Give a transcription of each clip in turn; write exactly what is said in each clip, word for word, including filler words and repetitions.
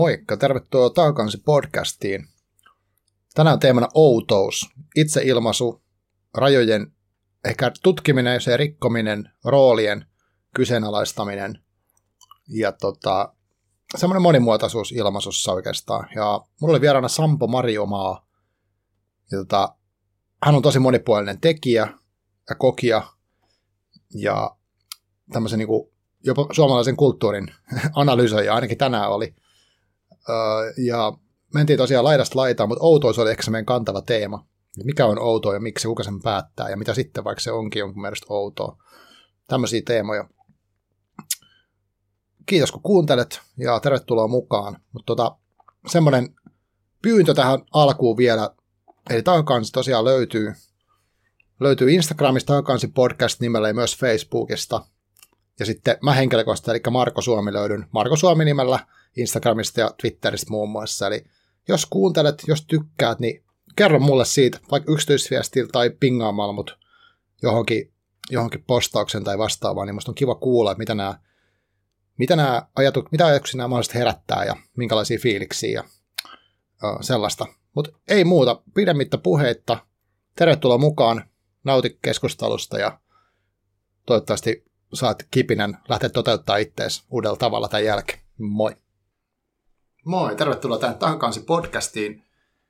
Moikka, tervetuloa Takakansi podcastiin. Tänään teemana outous, itseilmaisu, rajojen ehkä tutkiminen ja rikkominen, roolien kyseenalaistaminen ja tota, semmoinen monimuotoisuus ilmaisussa oikeastaan. Ja mulla oli vieraana Sampo Marjomaa. Ja tota, hän on tosi monipuolinen tekijä ja kokija ja tämmöisen niin kuin jopa suomalaisen kulttuurin analysoija, ainakin tänään oli. Ja mentiin tosiaan laidasta laitaan, mutta outous oli ehkä se meidän kantava teema. Mikä on outoa ja miksi, kuka sen päättää ja mitä sitten, vaikka se onkin jonkun mielestä outoa. Tämmöisiä teemoja. Kiitos kun kuuntelet ja tervetuloa mukaan. Mutta tota, semmoinen pyyntö tähän alkuun vielä. Eli Takakansi tosiaan löytyy, löytyy Instagramista Takakansi podcast nimellä ja myös Facebookista. Ja sitten mä henkilökohtaisesti, eli Marko Suomi löydyn Marko Suomi nimellä Instagramista ja Twitteristä muun muassa. Eli jos kuuntelet, jos tykkäät, niin kerro mulle siitä, vaikka yksityisviestillä tai pingaamalla, mutta johonkin, johonkin postauksen tai vastaavaan, niin musta on kiva kuulla, että mitä nämä, mitä nämä ajatu, mitä ajatuksia nämä mahdollisesti herättää ja minkälaisia fiiliksiä ja uh, sellaista. Mutta ei muuta, pidemmittä puheitta. Tervetuloa mukaan, nauti keskustelusta ja toivottavasti saat kipinän lähteä toteuttaa ittees uudella tavalla tämän jälkeen. Moi! Moi, tervetuloa tähän Takakansi podcastiin.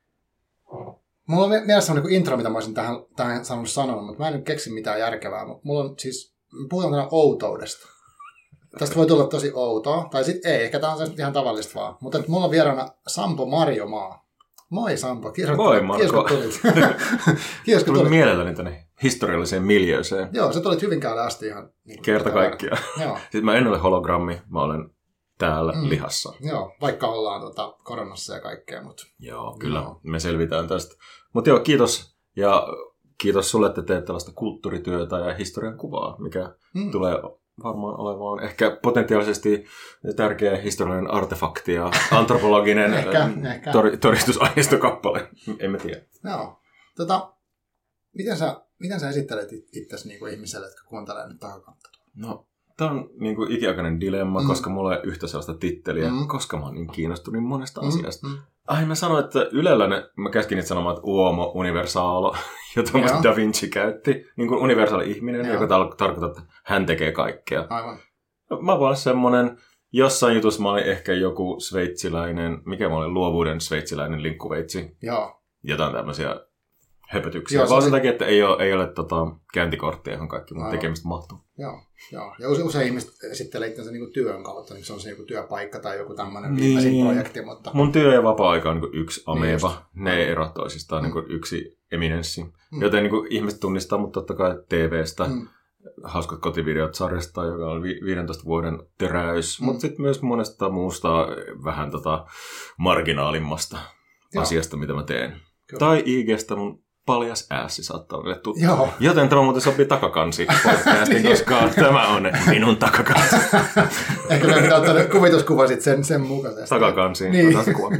Mulla on mielessä niin intro, mitä mä olisin tähän, tähän sanonut sanoa, mutta mä en nyt keksi mitään järkevää. Mulla on siis, puhutaan tänään outoudesta. Tästä voi tulla tosi outoa, tai sitten ei, ehkä tämä on ihan tavallista vaan. Mutta mulla on vieraana Sampo Marjomaa. Moi Sampo, kiitos, Moi Marko. Kiitos kun tulit. Kiitos kun tulit. tulit. Mielelläni tänne historialliseen miljööseen. Joo, sä tulit Hyvinkäälle asti ihan. Niin Kerta kaikkiaan. Joo. Siis mä en ole hologrammi, mä olen täällä mm. lihassa. Joo, vaikka ollaan tota, koronassa ja kaikkea. Mutta... Joo, kyllä, joo. Me selvitään tästä. Mutta joo, kiitos. Ja kiitos sulle, että teet tällaista kulttuurityötä ja historian kuvaa, mikä mm. tulee varmaan olemaan ehkä potentiaalisesti tärkeä historiallinen artefakti ja antropologinen ehkä, ehkä. Tor- todistusaineistokappale. Emme tiedä. Joo. Tota, miten, sä, miten sä esittelet itsesi niinku ihmiselle, jotka kuuntelee nyt Takakantta? No, tämä on niinku ikiaikainen dilemma, mm. koska mulla ei ole yhtä sellaista titteliä, mm. koska mä oon niin kiinnostunut niin monesta mm. asiasta. Mm. Ai, mä sanoin, että Ylellä ne, mä käskin niitä sanomaan, että uomo universaalo, jota musta Da Vinci käytti, niin kuin universaali ihminen, Joo. joka tar- tarkoittaa, että hän tekee kaikkea. Aivan. No, mä voin olla semmonen, jossain jutussa mä olin ehkä joku sveitsiläinen, mikä mä olin, luovuuden sveitsiläinen linkkuveitsi. Joo. Jotain tämmöisiä höpötyksiä. Joo, vaan sen takia, että ei ole, ei ole tota, käyntikorttia, johon kaikki mun tekemistä mahtuu. Joo, joo. Ja usein, usein ihmiset esittelee itsensä niin työn kautta, niin se on se joku työpaikka tai joku tämmöinen viimeisin niin. projekti. Mutta... Mun työ ja vapaa-aika on niin yksi ameba. Niin ne ei ero toisistaan, mm. niin yksi eminenssi. Mm. Joten niin ihmiset tunnistaa mut totta kai T V:stä, mm. hauskat kotivideot sarjasta, joka on vi- viidentoista vuoden töräys. Mm. Mutta sitten myös monesta muusta vähän tota marginaalimmasta joo. asiasta, mitä mä teen. Kyllä. Tai I G:stä mun paljas äässi saattaa olla tuttu. Joo. Joten tämä muuten sopii Takakansi podcastiin, koska tämä on minun takakansi. Ehkä me pitää ottaa kuvituskuva sit sen, sen mukaisesti. Takakansi. Niin.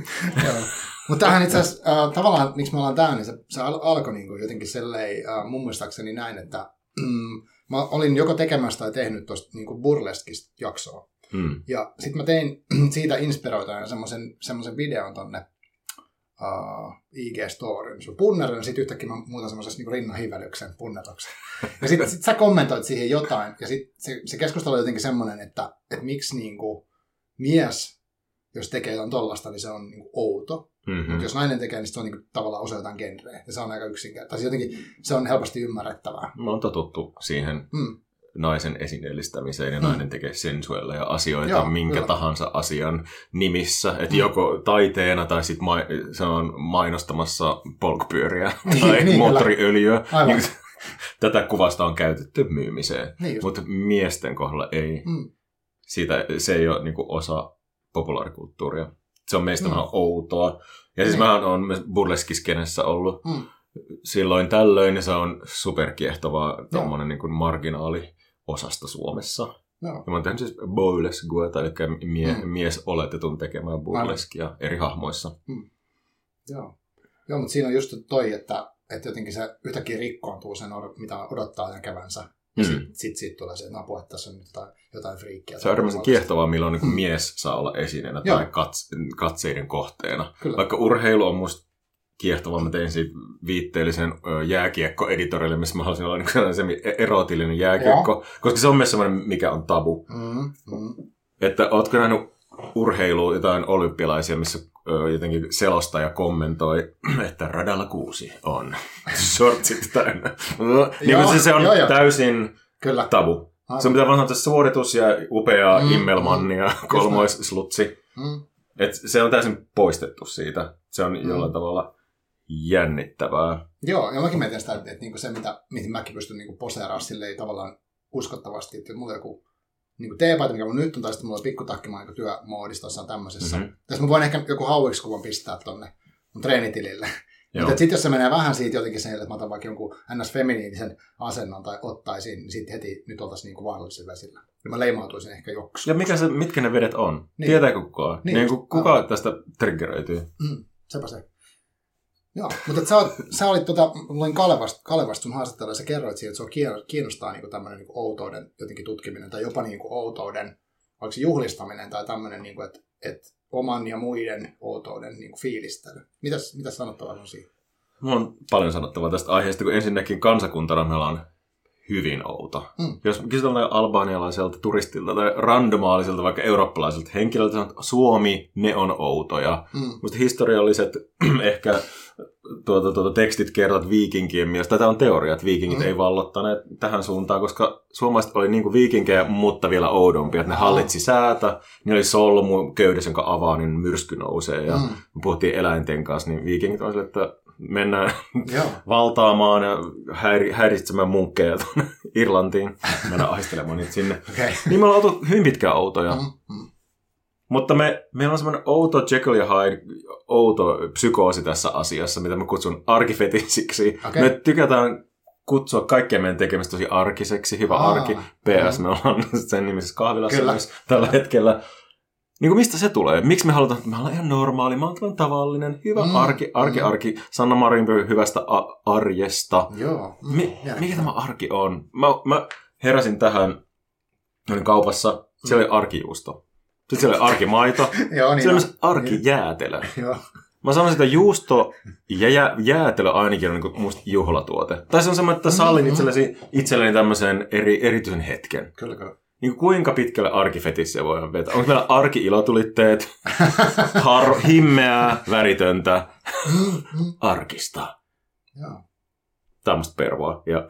Mutta tämähän itse asiassa, äh, tavallaan, miksi me ollaan täällä, niin se, se al- alkoi niin jotenkin selleen, äh, mun muistaakseni näin, että mm, mä olin joko tekemässä tai tehnyt tuosta niin burleskista jaksoa. Mm. Ja sitten mä tein siitä inspiroituneena semmoisen videon tonne Uh, I G-storyn. Se punnerin, ja sitten yhtäkkiä mä muutan semmoisessa niin rinnanhivelyksen punneroksen. Ja sitten sit sä kommentoit siihen jotain, ja sitten se, se keskustelu on jotenkin semmoinen, että, että miksi niin kuin, mies, jos tekee jotain tollasta, niin se on niin kuin, outo. Mm-hmm. Mutta jos nainen tekee, niin se on niin kuin, tavallaan osa jotain genreä. Ja se on aika yksinkertaista. Jotenkin se on helposti ymmärrettävää. Mä oon totuttu siihen mm. naisen esineellistämiseen, ja mm. nainen tekee sensuelleja asioita Joo, minkä kyllä. tahansa asian nimissä. Että mm. joko taiteena tai sitten ma- se on mainostamassa polkupyöriä tai niin, moottoriöljyä. Niin, tätä kuvasta on käytetty myymiseen, niin mutta miesten kohdalla ei. Mm. Siitä, se ei ole niin kuin osa populaarikulttuuria. Se on meistä mm. vähän outoa. Ja siis niin. mä oon myös burleskiskenessä ollut mm. silloin tällöin, ja se on superkiehtovaa tommonen niin kuin marginaali osasto Suomessa. Joo. Ja mä oon tehnyt siis burleskueta, eli mie- mm. mies oletetun tekemään burleskia eri hahmoissa. Mm. Joo. Joo, mutta siinä on just toi, että, että jotenkin se yhtäkkiä rikkoontuu sen, mitä odottaa näkevänsä Ja mm. sitten sit siitä tulee se, että apua, että tässä on nyt jotain, jotain friikkiä. Se on erityisen kiehtovaa, milloin niin mm. mies saa olla esineenä tai katse, katseiden kohteena. Kyllä. Vaikka urheilu on musta kiehtovaa, mä tein siitä viitteellisen jääkiekko-editorille, missä mä haluaisin olla niin se erotillinen jääkiekko, Joo. koska se on myös semmoinen, mikä on tabu. Mm. Mm. Että ootko nähnyt urheilua, jotain olympialaisia, missä jotenkin selostaja kommentoi, että radalla kuusi on shortsit täynnä. niin se, se on joo, täysin Kyllä. tabu. Aivan. Se pitää vaan sanoa suoritus ja upea mm, immelmanni ja mm, kolmoisslutsi. Mm. Et se on täysin poistettu siitä. Se on mm. jollain tavalla jännittävää. Joo, ja mäkin mietin sitä, että niinku se, mitä, mihin mäkin pystyn niinku poseeraamaan silleen tavallaan uskottavasti, että mulla on joku niin teepaita, mikä mun nyt on, tai sitten mulla on pikkutakkimaan niin työmoodissa jossain tämmöisessä. Mm-hmm. Tässä mä voin ehkä joku hauiksi-kuvan pistää tonne mun treenitilille. Mutta sitten jos se menee vähän siitä jotenkin sen, että mä otan vaikka jonkun ns. Feminiinisen asennon tai ottaisin, niin sitten heti nyt oltaisiin niin vaarallisilla vesillä. Ja mä leimautuisin ehkä joksi. Ja mikä se, mitkä ne vedet on? Niin. Tietääkö kukaan? Niin, niin kuka ah. tästä triggeröityy? Mm, sepä se. Joo, mutta sä, oot, sä olit, tota, luin Kalevasta, Kalevasta sun haastattelua, ja sä kerroit siitä, että sua kiinnostaa niin tämmöinen niin outouden jotenkin tutkiminen, tai jopa niin outouden, oliko se juhlistaminen, tai tämmöinen, niin kuin, että, että oman ja muiden outouden niin fiilistely. Mitäs, mitäs sanottavaa on siitä? Mulla on paljon sanottavaa tästä aiheesta, kun ensinnäkin kansakuntana meillä on hyvin outo. Mm. Jos kysytään albaanialaiselta turistilta tai randomaaliselta, vaikka eurooppalaiselta henkilöltä, sanoo, että Suomi, ne on outoja. Mm. Musta historialliset ehkä tuota, tuota, tekstit kertovat viikinkien mielestä. Tätä on teoria, että viikingit mm. ei vallottaneet tähän suuntaan, koska suomalaiset oli niin kuin viikinkejä, mutta vielä oudompia. Että ne hallitsi säätä, ne oli solmu, köydessä, jonka avaa, niin myrsky nousee. Ja mm. kun puhuttiin eläinten kanssa, niin viikingit on sille, että mennään valtaamaan ja häiri, häiritsemään munkkeja tuonne Irlantiin. Mennään aistelemaan niitä sinne. Okay. Niin me ollaan oltu hyvin pitkään outoja. Mm-hmm. Mutta me, meillä on semmoinen outo Jekyll ja Hyde, outo psykoosi tässä asiassa, mitä mä kutsun arkifetisiksi. Okay. Me tykätään kutsua kaikkea meidän tekemistä tosi arkiseksi. Hyvä Aa, arki. P S, mm-hmm. me ollaan sen nimisessä kahvilassa myös tällä hetkellä. Niin kuin mistä se tulee? Miksi me halutaan, että me ollaan ihan normaali, mä oon tavallinen, hyvä mm, arki, arki, mm. arki. Sanna Marinpö hyvästä a- arjesta. Joo. Mm, Mi- mikä tämä arki on? Mä, mä heräsin tähän, olin kaupassa, siellä oli arkijuusto. Sitten siellä oli arkimaito, Joo, niin siellä oli myös arkijäätelö. Joo. Mä sanoisin, että juusto ja jä- jäätelö ainakin on niin musta juhlatuote. Tai se on semmoinen, että sallin itsellesi, itselleni tämmöisen eri, erityisen hetken. Kyllä, kyllä. Niin kuinka pitkälle arkifetissiä voidaan vetää? Onko meillä arki-ilotulitteet, har- himmeää, väritöntä, arkista? Joo. Tämmöistä pervoa. Ja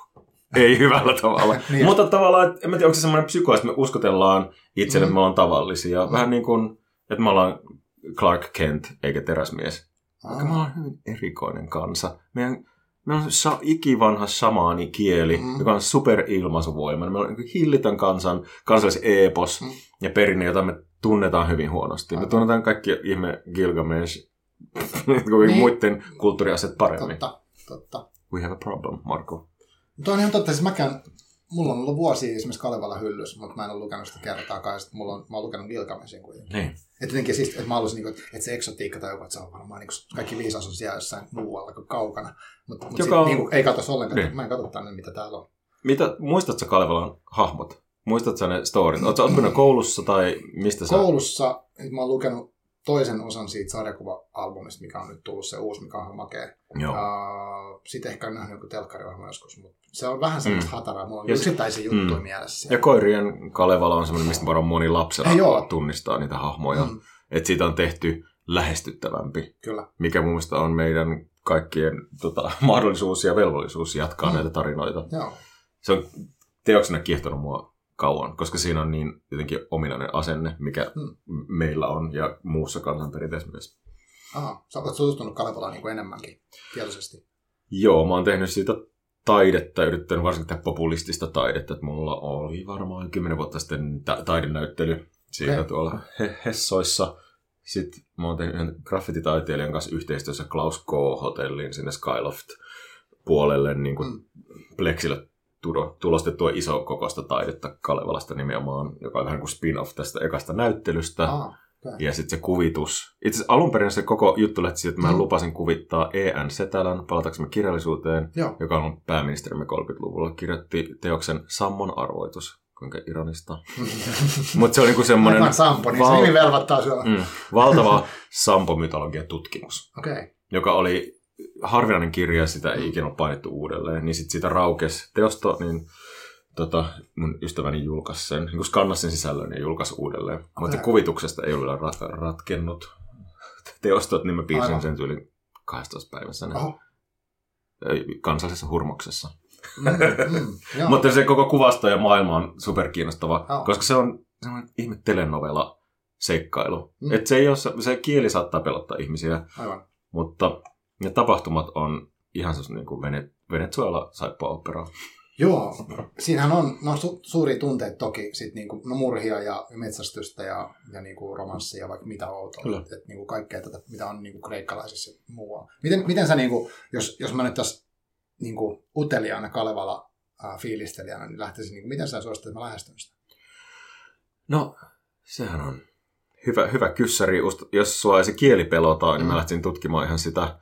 ei hyvällä tavalla. niin. Mutta tavallaan, en tiedä, onko se semmoinen psyko, että me uskotellaan itselle, että me ollaan tavallisia. Mm. Vähän niin kuin, että me ollaan Clark Kent eikä teräsmies. Vaikka me ollaan hyvin erikoinen kansa. Meidän Meillä on sa- ikivanha shamaanikieli, mm. joka on superilmaisuvoima. Meillä on hillitön kansan, kansallis-eepos mm. ja perinne, jota me tunnetaan hyvin huonosti. Me tunnetaan kaikki ihme Gilgamesh niin. muiden kulttuuriasiat paremmin. Totta, totta. We have a problem, Marko. Tuo on ihan totta. Siis mäkään, mulla on ollut vuosia esimerkiksi Kalevala hyllys, mutta mä en ole lukenut sitä kertaakaan. Ja mulla on, mä oon lukenut Gilgameshin kuitenkin. Niin. Että jotenkin siis, että mä haluaisin, että se eksotiikka tai joku, että se on varmaan niin kaikki viisaus on siellä jossain muualla kuin kaukana. Mutta mut Joka... niin ei katso ollenkaan, niin. Mä en katso tänne, mitä täällä on. Mitä, muistatko Kalevalan hahmot? Muistatko ne storit? Oletko oppinut koulussa tai mistä sä? Koulussa, mä oon lukenut toisen osan siitä sarjakuva-albumista, mikä on nyt tullut se uusi, mikä on ihan makea. Uh, sitten ehkä on nähnyt joku telkkariohjelma joskus, mutta se on vähän semmoista mm. hataraa. Mulla on ja yksittäisiä mm. juttuja mielessä. Ja Koirien Kalevala on semmoinen, mistä varmaan moni lapsella tunnistaa niitä hahmoja. Mm. Että siitä on tehty lähestyttävämpi. Kyllä. Mikä mun mielestä on meidän kaikkien tota, mahdollisuus ja velvollisuus jatkaa mm. näitä tarinoita. Joo. Se on teoksena kiehtonut mua kauan, koska siinä on niin jotenkin ominainen asenne, mikä hmm. meillä on ja muussa kansanperinteessä myös. Aha, sä olet tutustunut Kalevalaan niin kuin enemmänkin tietoisesti. Joo, mä oon tehnyt siitä taidetta, yrittänyt varsinkin tehdä populistista taidetta. Että mulla oli varmaan kymmenen vuotta sitten ta- taidenäyttely siitä okay. tuolla he- Hessoissa. Sitten mä oon tehnyt yhden graffititaiteilijan kanssa yhteistyössä Klaus K-hotellin sinne Skyloft-puolelle niin kuin hmm. Plexille tulostettua iso kokoista taidetta Kalevalasta nimenomaan, joka on vähän kuin spin-off tästä ekasta näyttelystä. Ah. Okay. Ja sitten se kuvitus. Itse asiassa alun perin se koko juttu lähti siitä, että mä mm. lupasin kuvittaa E N Setälän, palataksemme kirjallisuuteen, Joo. joka on pääministerimme kolmekymmentäluvulla, kirjoitti teoksen Sammon arvoitus. Kuinka ironista. Mutta se oli niinku semmoinen... Aivan Sampo, niin val... se nimi velvoittaa sinua. Mm, valtava Sampo-mytologian tutkimus, okay. joka oli harvinainen kirja, sitä ei ikinä ole painettu uudelleen. Niin sitten siitä raukesi teosto, niin tota, mun ystäväni julkaisi sen, niin skannasi sen sisällön ja julkaisi uudelleen. Okay. Mutta kuvituksesta ei ollut rat- ratkennut teostot, niin mä piirsin Aivan. sen tyyli kaksitoista päivässä oh. kansallisessa hurmoksessa. Mm, mm, Mutta se koko kuvasto ja maailma on superkiinnostava, oh. koska se on semmoinen ihme telenovela seikkailu. Mm. Et se, ei ole, se kieli saattaa pelottaa ihmisiä, Aivan. mutta ne tapahtumat on ihan sellainen niin kuin Venezuela saippua-opera. Joo, siinähän on no, su- suuria tunteita toki, sit niinku, no, murhia ja metsästystä ja, ja niinku romanssia ja vaikka mitä outoa. Et, et, niinku kaikkea tätä, mitä on niinku kreikkalaisissa ja muualla. Miten, miten sä, niinku, jos, jos mä nyt tässä niinku, uteliaana Kalevala äh, fiilistelijänä, niin lähtisin, niinku, miten sä suosittelet, että mä lähestyn sitä? No, sehän on hyvä, hyvä kyssäri. Jos sua ei se kieli pelotaan, niin mm. mä lähtisin tutkimaan ihan sitä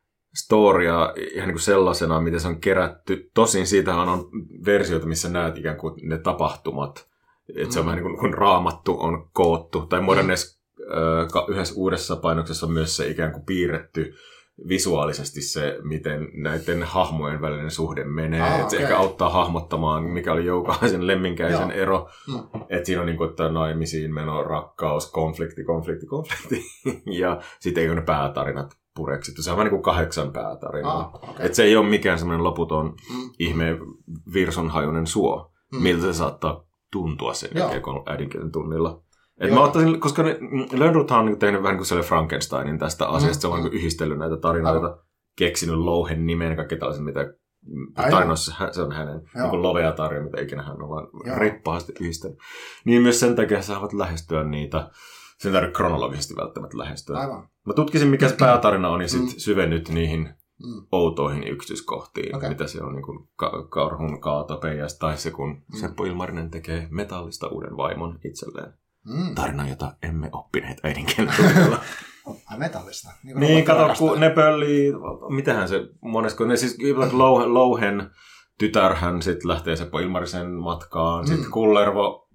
storia ihan niin kuin sellaisena, miten se on kerätty. Tosin siitähän on versioita, missä näet ikään kuin ne tapahtumat. Että mm. se on vähän niin kuin kun Raamattu on koottu. Tai modernissa mm. yhdessä uudessa painoksessa on myös se ikään kuin piirretty visuaalisesti se, miten näiden hahmojen välinen suhde menee. Ah, että se okay. ehkä auttaa hahmottamaan, mikä oli Joukaisen Lemminkäisen Joo. ero. Mm. Että siinä on niin kuin, että naimisiin meno, rakkaus, konflikti, konflikti, konflikti. Ja sitten ei ole ne päätarinat pureksittu. Se on vain niin kuin kahdeksan päätarinaa. Ah, okay. Että se ei ole mikään semmoinen loputon mm. ihme virsonhajuinen suo, mm. miltä se saattaa tuntua sen jälkeen, kun on äidinkielen tunnilla. Et mä ottaisin, koska Lönnrothan on niin tehnyt vähän kuin Frankensteinin tästä asiasta. Mm. Se on niin yhdistellyt näitä tarinoita, Aivan. keksinyt Louhen nimen ja kaikki tällaiset, mitä tarinoissa se on hänen niin lovea tarina, mitä ikinä hän on vaan Joo. reippaasti yhdistänyt. Niin myös sen takia saavat lähestyä niitä. Sen tarvitse kronologisesti välttämättä lähestyä. Aivan. Mä tutkisin, mikä se päätarina on, ja sitten mm. syvennyt niihin mm. outoihin yksityiskohtiin. Okay. Mitä se on, niin kuin ka- karhun kaatopeijäs, tai se, kun mm. Seppo Ilmarinen tekee metallista uuden vaimon itselleen. Mm. Tarina, jota emme oppineet äidinkielellä. Ai metallista? Niin, niin kato, kun ne pöllii, mitähän se monesko, ne siis Louhen, Louhen tytärhän sitten lähtee Seppo Ilmarisen matkaan, mm. sitten Kullervo,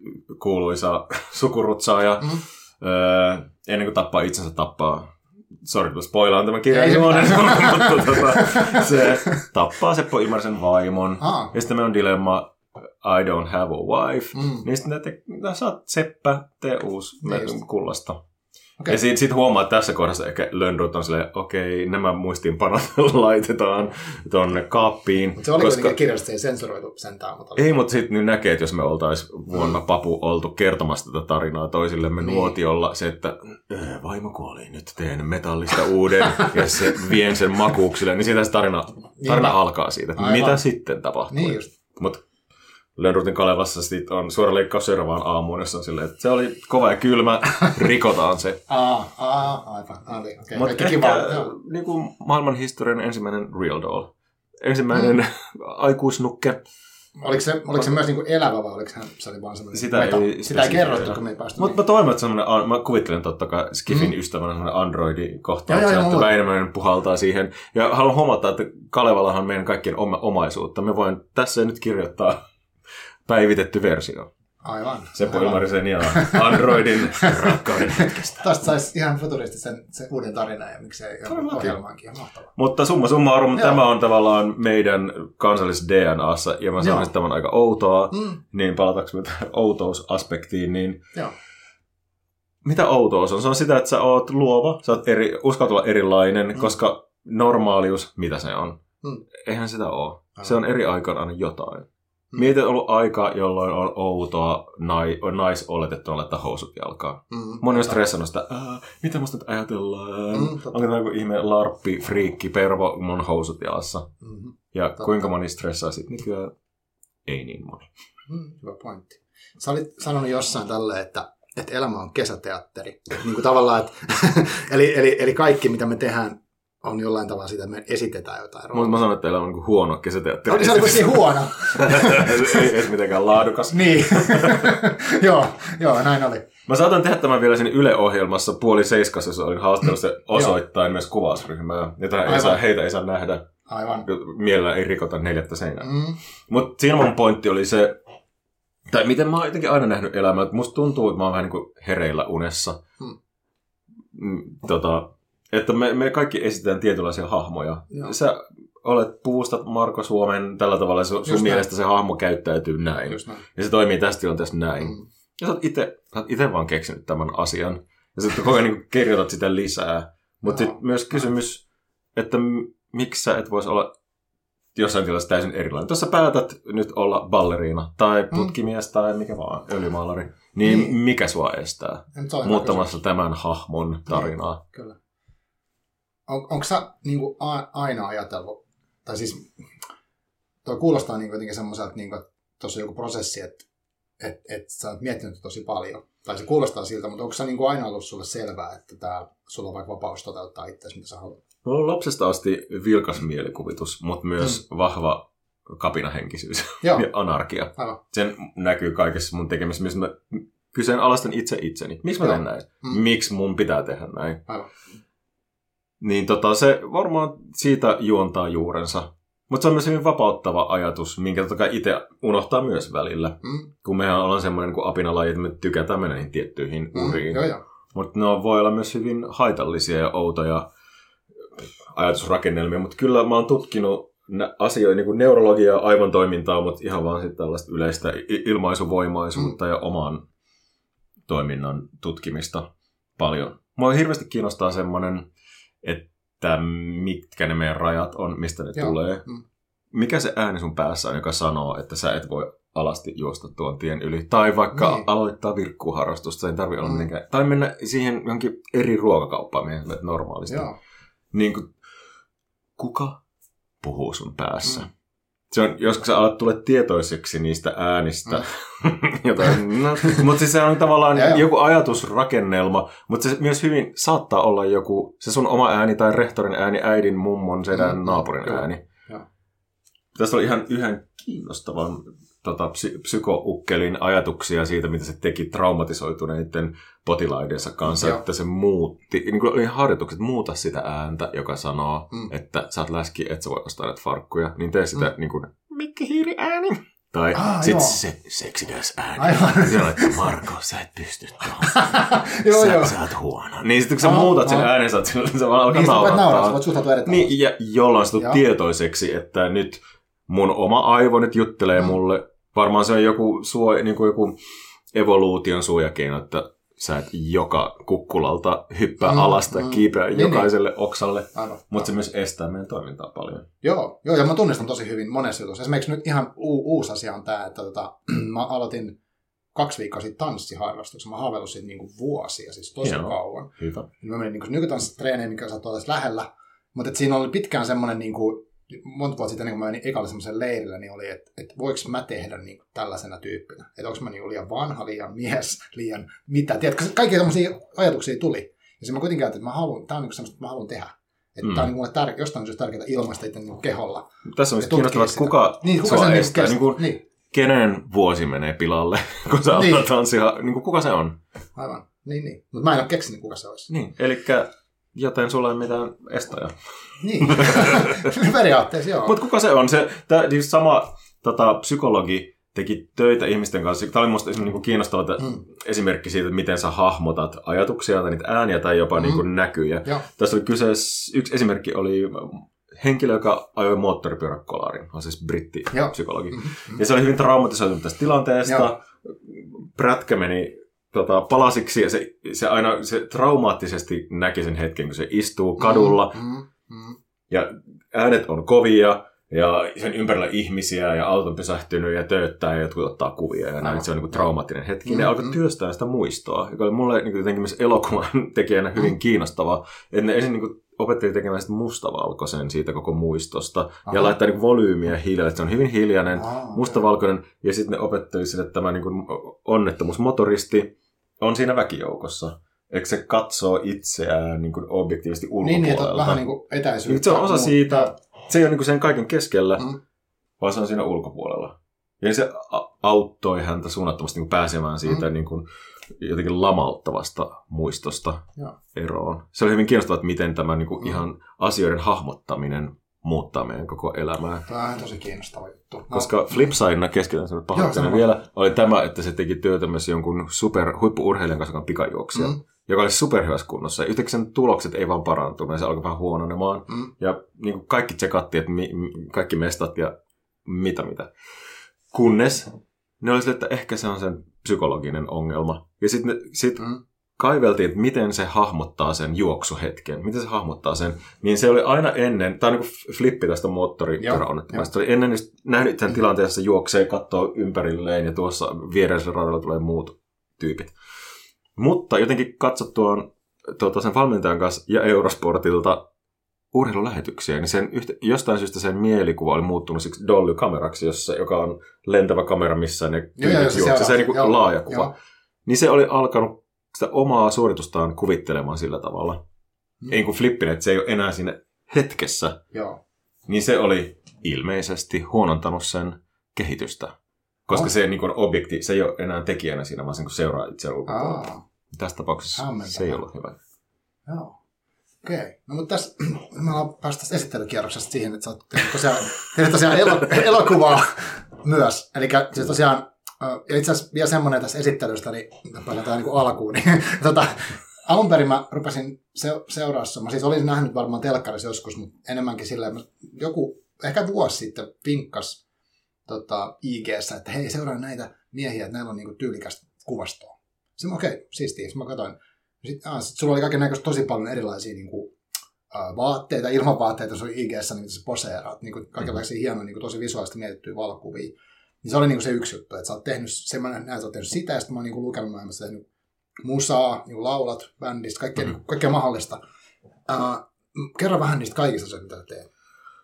kuuluisa sukurutsaaja, mm. öö, ennen kuin tappaa itsensä tappaa, sori, kun spoilaan tämän kirjan juonen, mutta tota, se tappaa Seppo Ilmarisen vaimon, ah. ja sitten meillä on dilemma, I don't have a wife, mm. niin sitten te, te, sä oot Seppä, tee uusi kullasta. Okay. Ja sitten sit huomaa, että tässä kohdassa ehkä Lönnrot on silleen, okei, okay, nämä muistiinpanot laitetaan tuonne kaappiin. Mutta se oli koska... kuitenkin kirjasta, ei sensuroitu sentään. Mutta ei, mutta sitten nyt näkee, että jos me oltaisiin vuonna Papu oltu kertomassa tätä tarinaa toisillemme niin. nuotiolla, se, että vaimo kuoli, nyt teen metallista uuden ja se vien sen makuuksille, niin siitä se tarina, tarina niin, alkaa siitä, että aivan. mitä sitten tapahtuu. Niin just. Mut Lönnrotin Kalevassa on suora leikkaus seuraavaan aamuun, jossa on silleen, että se oli kova ja kylmä, rikotaan se. Aa, aa, aivan. Okei, okay. Mutta ehkä niin kuin maailman historian ensimmäinen real doll. Ensimmäinen mm. aikuisnukke. Oliko se, oliko se myös niin kuin elävä vai oliko hän, se oli vaan semmoinen sitä meta? Ei, sitä ei kerrottu, kun me ei päästy. Mutta mä toivon, että semmoinen, mä kuvittelen totta kai Skifin mm. ystävänä semmoinen androidi-kohtaus, että Väinämöinen puhaltaa siihen. Ja haluan huomata, että Kalevalahan on meidän kaikkien oma, omaisuutta. Me voin tässä nyt kirjoittaa päivitetty versio. Aivan. Seppo Ilmarisen ja Androidin rakkauden hetkestä. Tästä saisi ihan futuristisen sen uuden tarinan ja miksei ohjelmaankin. Mahtavaa. Mutta summa summarum, tämä on tavallaan meidän kansallisessa D N A:ssa ja mä sanon, että tämä on aika outoa. Mm. Niin palataanko me tähän outousaspektiin, niin Joo. mitä outous on? Se on sitä, että sä oot luova, sä oot eri, uskaltava erilainen, mm. koska normaalius, mitä se on? Mm. Eihän sitä ole. Aivan. Se on eri aikaan aina jotain. Mietit, on ollut aika, jolloin on outoa, nai, on naisoletettua laittaa housut jalkaan. Mm, Moni on stressannut sitä, mitä musta nyt ajatellaan? Mm, Onko tämä joku ihme larppi, friikki, pervo mun housut jalassa? Mm, ja totta. Kuinka moni stressaa sitten nykyään? Ei niin moni. Mm, hyvä pointti. Sä olit sanonut jossain tälleen, että, että elämä on kesäteatteri. Niin kuin tavallaan, että, eli, eli, eli kaikki mitä me tehdään on jollain tavalla sitä, että me esitetään jotain roolia. Mutta mä sanon, että teillä on niin huono kesäteatteri. No, se oli kuitenkin huono. ei edes mitenkään laadukas. Niin. joo, joo, näin oli. Mä saatan tehdä tämän vielä siinä Yle-ohjelmassa puoli seiskassa, jossa olin haastattelussa osoittain myös kuvausryhmää. Jota ei saa, heitä ei saa nähdä. Aivan. Mielellä ei rikota neljättä seinää. Mm. Mutta siinä mun pointti oli se, tai miten mä oon jotenkin aina nähnyt elämää, että musta tuntuu, että mä oon vähän niin kuin hereillä unessa. Mm. Tota, että me, me kaikki esitetään tietynlaisia hahmoja. Joo. Sä olet puustat Marko Suomen tällä tavalla, sun, sun mielestä se hahmo käyttäytyy näin. näin. Ja se toimii tässä tilanteessa näin. Mm. Ja sä oot itse vaan keksinyt tämän asian. Ja sä koko ajan niin kirjoitat sitä lisää. Mutta sitten myös kysymys, että miksi sä et voisi olla jossain tilassa täysin erilainen. Tuossa päätät nyt olla balleriina tai putkimies mm. tai mikä vaan, öljymaalari. Niin, niin. Mikä sua estää muuttamassa tämän hahmon tarinaa? Niin, kyllä. On, onko sä niin kuin aina ajatellut, tai siis toi kuulostaa niin jotenkin semmoiselta, niin että tuossa on joku prosessi, että et, et sä oot miettinyt tosi paljon. Tai se kuulostaa siltä, mutta onko se niin kuin aina ollut sulle selvää, että tää, sulla on vaikka vapaus toteuttaa itseäsi, mitä sä haluat? Mulla on lapsesta asti vilkas mielikuvitus, mutta myös hmm. vahva kapinahenkisyys ja anarkia. Aivan. Sen näkyy kaikessa mun tekemisessä, missä mä kyseenalaistan itse itseni. Miksi mä teen näin? Hmm. Miksi mun pitää tehdä näin? Aivan. Niin tota, se varmaan siitä juontaa juurensa. Mutta se on myös hyvin vapauttava ajatus, minkä totta kai itse unohtaa myös välillä. Mm. Kun mehän ollaan semmoinen kuin apinalaji, että me tykätään mennä niihin tiettyihin mm. uriin. Mutta ne voi olla myös hyvin haitallisia ja outoja ajatusrakennelmia. Mutta kyllä mä oon tutkinut asioita, niin kuin neurologiaa, aivon toimintaa, mutta ihan vaan sitten tällaista yleistä ilmaisuvoimaisuutta mm. ja oman toiminnan tutkimista paljon. Mua hirveästi kiinnostaa semmoinen, että mitkä ne meidän rajat on, mistä ne Joo. tulee. Mm. Mikä se ääni sun päässä on, joka sanoo, että sä et voi alasti juosta tuon tien yli. Tai vaikka niin. aloittaa virkkuuharrastusta, se ei tarvitse olla mm. mitenkään. Tai mennä siihen johonkin eri ruokakauppaan, mihin olet normaalisti. Joo. Niin kuin, kuka puhuu sun päässä? Mm. Se on, joskus sä alat tulla tietoiseksi niistä äänistä. Mm. Jotain, no, mutta siis se on tavallaan ja joku ajatusrakennelma, mutta se myös hyvin saattaa olla joku, se sun oma ääni tai rehtorin ääni, äidin, mummon, sedän, mm. naapurin Kyllä. ääni. Ja. Tässä oli ihan yhden kiinnostavan tota, psy- psykoukkelin ajatuksia siitä, mitä se teki traumatisoituneiden potilaidensa kanssa, Joo. että se muutti, niin kuin oli harjoitukset, muuta sitä ääntä, joka sanoo, mm. että sä oot läski, et sä voi ostaa näitä farkkuja, niin tee sitä mm. niin kuin mikkihiiri ääni. Tai ah, sitten se seksikäs ääni. Aivan. Siellä, että Marko, sä et pysty tuohon. joo, sä, joo. sä oot huono. Niin sitten kun sä ah, muutat sen ah. äänen, sä, sä vaan alkaa niin, naurattaa. Nauraa, sä voit suhtautua eri niin, ja jolloin sä tulet tietoiseksi, että nyt mun oma aivo nyt juttelee mm. mulle. Varmaan se on joku, suo, niin kuin joku evoluution suojakeino, että sä et joka kukkulalta hyppää mm, alas tai mm, kiipeä niin, jokaiselle niin. oksalle, mutta se myös estää meidän toimintaa paljon. Joo, joo, ja mä tunnistan tosi hyvin monessa jutussa. Esimerkiksi nyt ihan u- uusi asia on tämä, että tota, mä aloitin kaksi viikkoa sitten tanssiharrastuksen. Mä haaveillut siitä niinku vuosia, siis tosi joo, kauan. Hyvä. Mä menin niinku nykytanssitreeneihin, mikä saattoi olla tässä lähellä, mutta siinä oli pitkään semmoinen niinku, monta vuotta sitten, kun mä menin ekalle semmoisen leirille, niin oli, että, että voiko mä tehdä niin kuin tällaisena tyyppinä. Että onko mä niin liian vanha, liian mies, liian mitä. Tiedätkö, kaikkia semmoisia ajatuksia tuli. Ja sitten mä kuitenkin ajattelin, että mä haluan, tää on niin semmoista, että mä haluan tehdä. Että mm. tää on niin mulle tär- jostain syystä tärkeää ilmaista itse niin keholla. Tässä on kiinnostavaa, että kuka, niin, kuka sua estää. Niin kuin, niin. Kenen vuosi menee pilalle, kun sä niin. aloitat tanssia. Niin kuka se on? Aivan, niin niin. Mutta mä en ole keksinyt, kuka se olisi. Niin, elikkä joten sulla ei mitään estoja. Niin, periaatteessa joo. Mutta kuka se on? Se, tää, siis sama tota, psykologi teki töitä ihmisten kanssa. Tämä oli minusta niin kiinnostava mm. esimerkki siitä, että miten sä hahmotat ajatuksia tai niitä ääniä tai jopa mm. niin kuin näkyjä. Joo. Tässä oli kyseessä, yksi esimerkki oli henkilö, joka ajoi moottoripyöräkolarin. On siis brittipsykologi. Mm-hmm. Ja se oli hyvin traumatisoitunut tästä tilanteesta. Joo. Prätkä meni Tota, palasiksi ja se, se aina se traumaattisesti näki sen hetken, kun se istuu kadulla mm, mm, mm. ja äänet on kovia ja sen ympärillä ihmisiä ja auto on pysähtynyt ja tööttää ja jotkut ottaa kuvia ja näin. Se on niin kuin traumaattinen hetki. Mm, ne alkoi mm. työstää sitä muistoa, joka oli mulle niin kuin jotenkin myös elokuvan tekijänä hyvin mm. kiinnostavaa. Että ne ensin niin kuin opetteli tekemään sitä mustavalkoisen siitä koko muistosta Aha. ja laittaa niin volyymiä hiljalle, että se on hyvin hiljainen, Aha, mustavalkoinen ja sitten ne opetteli sille, että tämä niin kuin onnettomuusmotoristi on siinä väkijoukossa. eikö se katsoo itseään niin kuin objektiivisesti ulkopuolelta? Niin, että vähän niin kuin etäisyyttä. Se on osa siitä, se ei ole niin kuin sen kaiken keskellä, mm. vaan se on siinä ulkopuolella. Ja se auttoi häntä suunnattomasti niin kuin pääsemään siitä mm. niin kuin jotenkin lamauttavasta muistosta ja. eroon. Se oli hyvin kiinnostavaa, että miten tämä niin kuin mm. ihan asioiden hahmottaminen muuttaa meidän koko elämää. Tämä on tosi kiinnostava juttu. Koska flipsidena keskellä sen pahoittelen vielä oli tämä, että se teki työtä myös jonkun super huippu-urheilijan kanssa, joka on pikajuoksija, mm. joka oli superhyvässä kunnossa. Ja yhtäkkiä sen tulokset ei vaan parantunut ja se alkoi vähän huononemaan. Mm. Ja niin kuin kaikki tsekattiin, että mi, mi, kaikki mestat ja mitä mitä. Kunnes ne oli sille, että ehkä se on sen psykologinen ongelma. Ja sitten sit mm. kaiveltiin, että miten se hahmottaa sen juoksuhetken, miten se hahmottaa sen. Niin se oli aina ennen, tämä on niin kuin flippi tästä moottoripyöräonnettomasta. Se oli ennen nähnyt sen tilanteessa juoksee, katsoo ympärilleen ja tuossa viereisellä radalla tulee muut tyypit. Mutta jotenkin katsottuaan tuota, sen valmentajan kanssa ja Eurosportilta urheilulähetyksiä, niin sen yhtä, jostain syystä sen mielikuva oli muuttunut siksi dolly-kameraksi, jossa, joka on lentävä kamera, missä ne tyypit juoksee. Se on niin laaja kuva. Joo. Niin se oli alkanut sitä omaa suoritustaan kuvittelemaan sillä tavalla. Mm. Ei kuin flippin, että se ei ole enää siinä hetkessä. Joo. Niin se oli ilmeisesti huonontanut sen kehitystä. Koska oh. se niin kuin objekti, se ei ole enää tekijänä siinä, vaan se seuraa itseään ulkopuolella. Tässä tapauksessa Hämmentävä. Se ei ollut hyvä. Joo. Okei. Okay. No mutta tässä me ollaan päästä tästä esittelykierroksesta siihen, että sä oot tehnyt tosiaan, tehnyt tosiaan elo, elokuvaa myös. Eli siis tosiaan, ja itse asiassa vielä semmoinen tässä esittelystä, niin päästään niin kuin alkuun. Niin, tota, alun perin mä rupesin se, seuraassa, mä siis olisin nähnyt varmaan telkkarissa joskus, mutta enemmänkin silleen, joku ehkä vuosi sitten vinkkas tota, I G:ssä, että hei, seuraa näitä miehiä, että näillä on niin kuin tyylikästä kuvastoa. Sitten okei, okay, siistiä. Sitten mä katsoin. Sitten ah, sit sulla oli kaikennäköistä tosi paljon erilaisia niin kuin, äh, vaatteita, ilmanvaatteita, se oli I G:ssä, niin se poseeraat, niin kuin kaikenlaisia hienoja, niin kuin, tosi visuaalisesti mietittyjä valokuvia. Niin se oli niin kuin se yksi juttu, että sä oot tehnyt, semmoinen, näin, sä oot tehnyt sitä, ja sitten mä oon niin kuin lukenut maailmassa, tehnyt musaa, niin kuin laulat, bändistä, kaikkea, mm. niin kuin, kaikkea mahdollista. Äh, kerro vähän niistä kaikista asioista, mitä teet.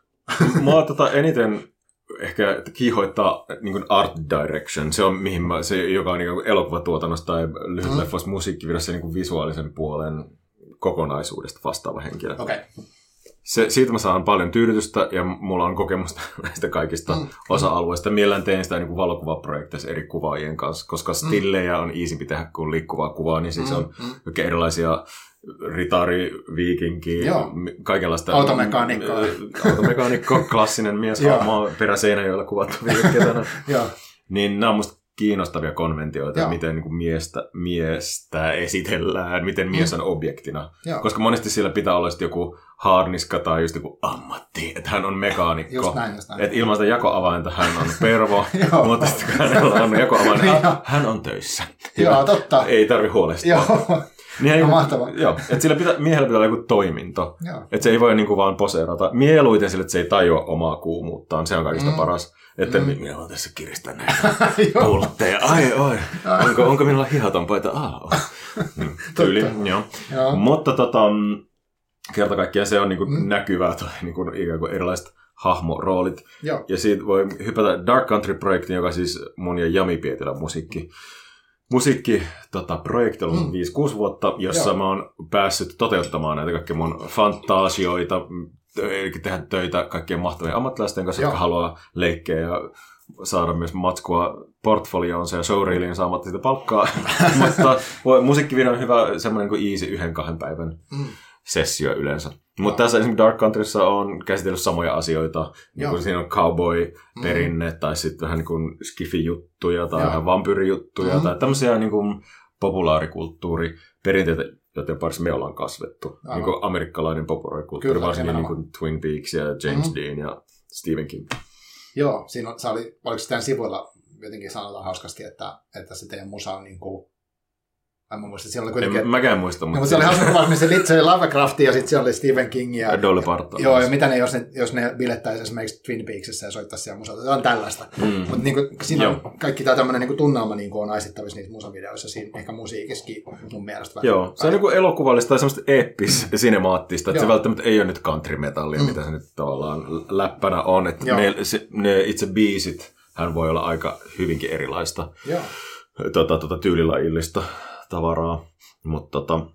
Mä oon tota eniten ehkä kiihoittaa niin kuin art direction, se on mihin mä, se, joka on niin kuin elokuvatuotannosta tai lyhytleffoista mm. musiikkivirassa niin kuin visuaalisen puolen kokonaisuudesta vastaava henkilö. Okay. Se, siitä mä saan paljon tyydytystä ja mulla on kokemusta näistä kaikista mm. osa-alueista. Mielellään teen sitä niin kuin valokuvaprojekteissa eri kuvaajien kanssa, koska stillejä mm. on easympi tehdä kuin liikkuvaa kuvaa, niin siis mm. on mm. erilaisia ritari, viikinki, kaikenlaista. Automekaanikko. Automekaanikko, klassinen mies, hahmo peräseinäjoilla kuvattu viime kesänä. Niin nämä on musta kiinnostavia konventioita, Joo. miten niin kuin miestä, miestä esitellään, miten mies on objektina. Joo. Koska monesti sillä pitää olla joku haarniska tai just joku ammatti, että hän on mekaanikko. Just näin, just näin. Että ilman sitä jakoavainta hän on pervo, mutta sitten hänellä on jakoavain, hän on töissä. Joo, totta. Ei tarvitse huolestua. Joo. Niin, on mahtavaa. Joo, että sillä pitää, miehellä pitää olla joku toiminto. Että se ei voi niinku vaan poseerata. Mieluiten sille, että se ei tajua omaa kuumuuttaan. Se on kaikista mm. paras. Että mm. minä olen tässä kiristää näitä pultteja. Ai, oi. Onko, onko minulla hihaton paita? Ah, oh. mm, tyyli, joo. joo. Mutta tota, kerta kaikkiaan se on niinku mm. näkyvää, toi, niinku ikään kuin erilaiset hahmoroolit. Joo. Ja siitä voi hypätä Dark Country-projektiin, joka siis mun ja Jami Pietilän musiikki. Musiikki tota, projekti on mm. viisi kuusi vuotta, jossa Joo. mä oon päässyt toteuttamaan näitä kaikkia mun fantaasioita, tehdä töitä kaikkien mahtavien ammattilaisten kanssa, Joo. jotka haluaa leikkeä ja saada myös matskua portfolioonsa ja showreeliin saamatta sitä palkkaa. Mutta musiikkivideo on hyvä semmoinen kuin easy yhden kahden päivän mm. sessio yleensä. Mutta tässä esimerkiksi Dark Countryssa on käsitellyt samoja asioita, niin kuin siinä on cowboy-perinne, mm. tai sitten vähän niin kuin skifi-juttuja, tai vähän vampyyrijuttuja, mm. tai tämmöisiä niin kuin populaarikulttuuriperinteitä, joten parissa me ollaan kasvettu. Niin kuin amerikkalainen populaarikulttuuri, Kyllä, varsinkin niin kuin Twin Peaks ja James mm. Dean ja Stephen King. Joo, siinä on, se oli, oliko se tämän sivuilla jotenkin sanotaan hauskasti, että, että se teidän musa on niin kuin Mä muistan, siellä oli kuitenkin... En mäkään muista, mutta... No, mutta se oli hauska kuva, missä se oli Lovecraft ja sitten siellä oli Stephen King ja... ja Dolly Parton. Joo, ja mitä ne, jos ne, jos ne bilettäisi esimerkiksi Twin Peaksissa ja soittaisi siellä musaa. Se on tällaista. Mm. Mutta niin siinä Joo. on kaikki tämä tämmöinen niin tunnelma niin on aistittavissa niissä musavideoissa, siinä ehkä musiikissakin mun mielestä. Joo, vähän. Se on niin elokuvallista tai semmoista eeppis-sinemaattista, että se välttämättä ei ole nyt country-metallia, mm. mitä se nyt tavallaan läppänä on. Että ne, se, ne itse biisit, hän voi olla aika hyvinkin erilaista, tota, tota, tyylilajillista tavaraa. Mutta tota,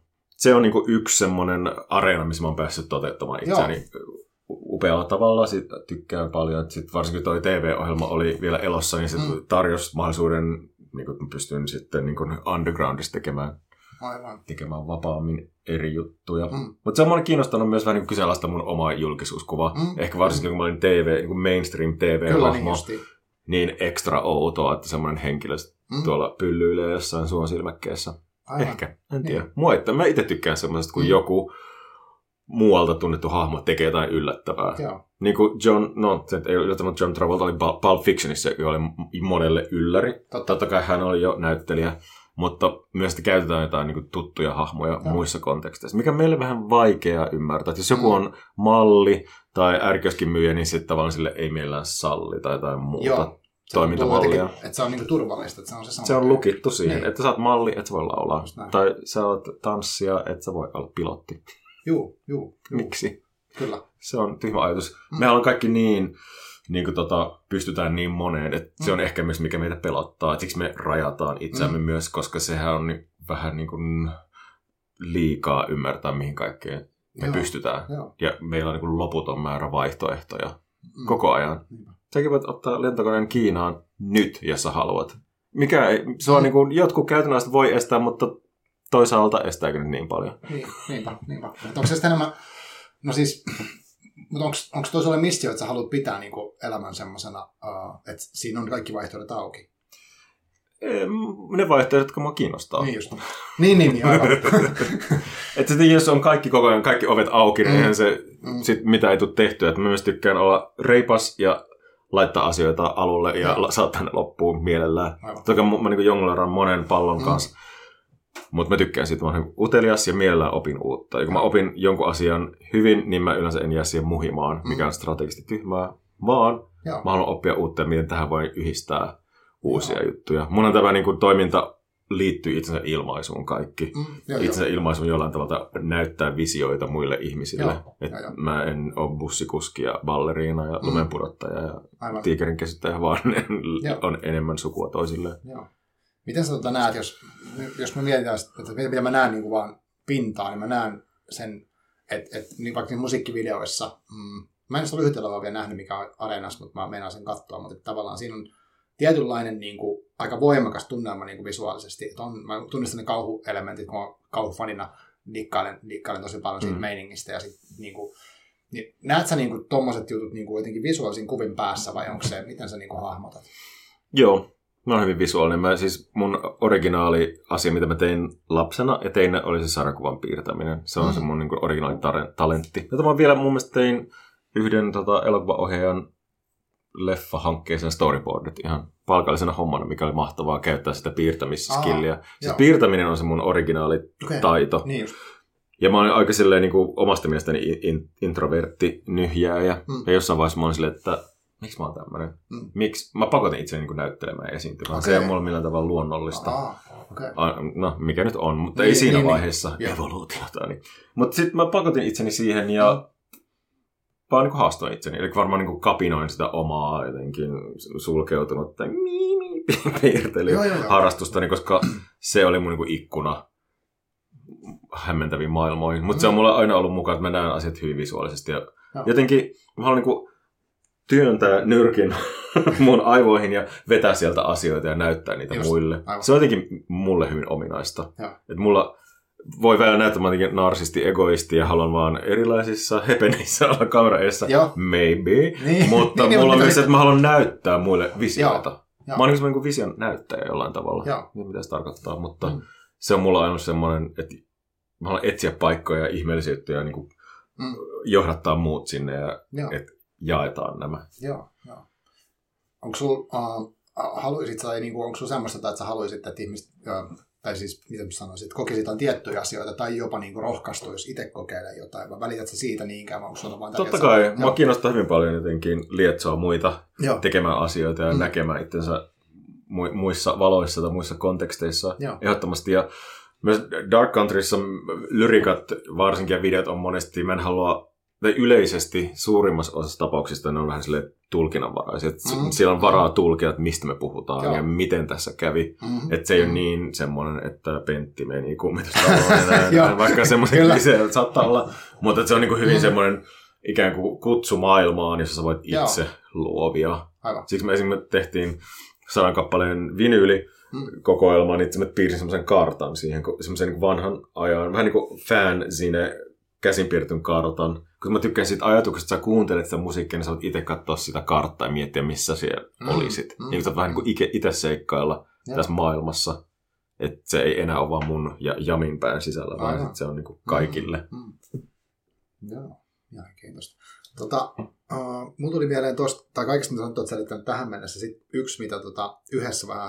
se on niinku yksi semmoinen areena, missä mä oon päässyt toteuttamaan itseäni upealla tavalla. Sit tykkään paljon. Sitten varsinkin toi T V-ohjelma oli vielä elossa, niin se mm. tarjosi mahdollisuuden, niin kuin pystyn sitten niin kuin undergroundissa tekemään, tekemään vapaammin eri juttuja. Mm. Mutta se on mun kiinnostanut myös vähän niin kyseenalaista mun omaa julkisuuskuvaa. Mm. Ehkä varsinkin, kun mä olin T V, niin kuin mainstream T V-hahmo, niin, niin ekstra outoa, että semmoinen henkilö mm. tuolla pyllyilee jossain suon silmäkkeessä. Aivan. Ehkä, en tiedä. Niin. Mua, että mä itse tykkään semmoisesta, kun mm. joku muualta tunnettu hahmo tekee jotain yllättävää. Joo. Niin kuin John, no se ei ole yllättävät, John Travolta oli Pulp Fictionissa, joka oli monelle ylläri. Totta. Totta kai hän oli jo näyttelijä, mutta myös käytetään jotain niin kuin tuttuja hahmoja Joo. muissa konteksteissa, mikä on meille vähän vaikea ymmärtää. Että jos joku on malli tai ärkioskin myyjä, niin sitten tavallaan sille ei mielellään salli tai jotain muuta. Joo. Toimintamallia. Että se on niinku turvallista, että se on se sama. Se on lukittu siihen, niin. Että sä oot malli, et sä voi laulaa. Tai sä oot tanssia, et sä voi olla pilotti. Juu, juu. Miksi? Kyllä. Se on tyhmä ajatus. Mm. Mehän on kaikki niin, niin kuin tota, pystytään niin moneen, että mm. se on ehkä myös mikä meitä pelottaa. Et siksi me rajataan itseämme mm. myös, koska sehän on niin, vähän niin kuin liikaa ymmärtää, mihin kaikkeen me Joo. pystytään. Joo. Ja meillä on niin kuin loputon määrä vaihtoehtoja mm. koko ajan. Mm. Säkin voit ottaa lentokoneen Kiinaan nyt, jos sä haluat. Mikä ei, se on mm. niin kuin, jotkut käytännössä voi estää, mutta toisaalta estääkö nyt niin paljon? Niin, niinpä, niinpä. Onko se sitten enemmän, no siis, mutta onko toi sulle missio, että sä haluat pitää niin kuin elämän semmoisena, uh, että siinä on kaikki vaihtoehdot auki? Ne vaihtoehdot, jotka mua kiinnostaa. Niin just. Niin, niin, niin aivan. Että sitten jos on kaikki koko ajan, kaikki ovet auki, niin mm. eihän se mm. sit mitä ei tule tehtyä. Et mä myös tykkään olla reipas ja laittaa asioita alulle ja Joo. saattaa ne loppuun mielellään. Toki mä, mä niin jongleran monen pallon mm. kanssa. Mutta mä tykkään siitä, mä olen utelias ja mielellään opin uutta. Ja kun mä opin jonkun asian hyvin, niin mä yleensä en jää siihen muhimaan, mikä on strategisesti tyhmää. Vaan Joo. mä haluan oppia uutta ja miten tähän voi yhdistää uusia Joo. juttuja. Mun on tämä niin kuin, toiminta liittyy itsensä ilmaisuun kaikki. Mm, jo, itsensä jo. ilmaisuun jollain tavalla näyttää visioita muille ihmisille. Joo, Et jo, mä en ole bussikuski ja balleriina ja mm. lumenpudottaja ja Aivan. tiikerin kesyttäjä, vaan on enemmän sukua toisilleen. Joo. Miten sä tota näet, jos, jos mä mietitään, että mitä mä näen niin kuin vaan pintaa, niin mä näen sen, että et, niin vaikka musiikkivideoissa, mm, mä en sitä lyhytelevää vielä nähnyt, mikä on Areenassa, mutta mä meinaan sen katsoa, mutta tavallaan siinä on tietynlainen niin kuin, aika voimakas tunnelma niin kuin visuaalisesti. Et on, mä tunnistan ne kauhuelementit, kun mä kauhufanina dikkailen, dikkailen tosi paljon siitä mm. meiningistä. Ja sit, niin kuin, niin, näet sä niin kuin, tommoset jutut niin kuin, jotenkin visuaalisin kuvin päässä vai onko se, miten sä niin kuin, hahmotat? Joo. Mä oon hyvin visuaalinen. Mä, siis mun originaali asia, mitä mä tein lapsena ja tein, oli se sarjakuvan piirtäminen. Se on mm. se mun niin kuin, originaali tar- talentti. Jota mä vielä mun mielestä tein yhden tota, elokuvaohjaajan leffa-hankkeeseen storyboardit ihan palkallisena hommana, mikä oli mahtavaa käyttää sitä piirtämisskilliä. Siis piirtäminen on se mun originaali okay. taito. Niin just. Ja mä olin aika silleen niin kuin omasta mielestäni in- introvertti, nyhjääjä. Mm. Ja jossain vaiheessa mä olin silleen, että miksi mä oon tämmönen? Mm. Miksi? Mä pakotin itseni niin kuin näyttelemään ja esiintymään. Okay. Se ei ole mulle millään tavalla luonnollista. Ah, okay. No, mikä nyt on, mutta niin, ei siinä niin, vaiheessa niin. evoluutiota. Niin. Mutta sitten mä pakotin itseni siihen ja mm. vaan niin haastoin itseni. Eli varmaan niin kapinoin sitä omaa jotenkin sulkeutunutta piirtelyharrastustani, koska se oli mun niin ikkuna hämmentäviin maailmoihin. Mutta mm. se on mulla aina ollut mukaan, että mä näen asiat hyvin visuaalisesti. Ja no. jotenkin mä haluan niin työntää nyrkin mun aivoihin ja vetää sieltä asioita ja näyttää niitä Just, muille. Aivan. Se on jotenkin mulle hyvin ominaista. Että mulla voi välillä näyttää, mä oon narsisti, egoisti ja haluan vaan erilaisissa hepenissä olla kameraeissa. Maybe. Niin. Mutta niin, mulla on myös, että mä haluan näyttää muille visioita. Joo. Mä oon niin kuin vision näyttäjä jollain tavalla. Niin mitä se tarkoittaa, mutta mm. se on mulla aina semmoinen, että mä haluan etsiä paikkoja ja ihmeellisyyttä ja niin kuin mm. johdattaa muut sinne ja että jaetaan nämä. Joo, joo. Onko sul, uh, haluisit sä, niin kuin, onko sul semmoista, että sä haluisit, että ihmiset, uh, tai siis, miten sanoisit, kokisi jotain tiettyjä asioita, tai jopa niin kuin rohkaistuisi itse kokeilemaan jotain, vai välität sä siitä niinkään, vai onko sulla vaan Totta kai, sä... mua kiinnostaa hyvin paljon jotenkin lietsoa muita joo. tekemään asioita ja mm. näkemään itsensä muissa valoissa tai muissa konteksteissa joo. ehdottomasti, ja myös Dark Countryssa lyrikat varsinkin ja videot on monesti, mä en halua yleisesti suurimmassa osassa tapauksista ne on vähän silleen tulkinnanvaraisia. Mm-hmm. Siellä on varaa tulkia, että mistä me puhutaan Joo. ja miten tässä kävi. Mm-hmm. Että se ei ole niin semmoinen, että Pentti meni kummitustaloon, vaikka semmoisen kliseet saattaa olla. Mutta se on niin kuin hyvin mm-hmm. semmoinen ikään kuin kutsu maailmaan, jossa sä voit itse Joo. luovia. Aivan. Siksi me esimerkiksi tehtiin sadan kappaleen vinyyli kokoelma, niin me piirsin semmoisen kartan siihen, semmoisen niin vanhan ajan, vähän niin kuin fanzine käsinpiirretyn kartan. Kun mä tykkään siitä ajatuksesta, että sä kuuntelet sitä musiikkia, niin sä voit itse katsoa sitä karttaa ja miettiä, missä siellä mm, olisit. Mm, niin sä vähän niin kuin itse seikkailla ja. Tässä maailmassa. Että se ei enää ole vaan mun ja Jamin pään sisällä, vaan sit se on niin kuin kaikille. Mm, mm. Joo, mielenkiintoista. Tota, uh, mun tuli mieleen tuosta, tai kaikista mitä sanottu, että sä selittänyt tähän mennessä, sit yksi, mitä tota, yhdessä vähän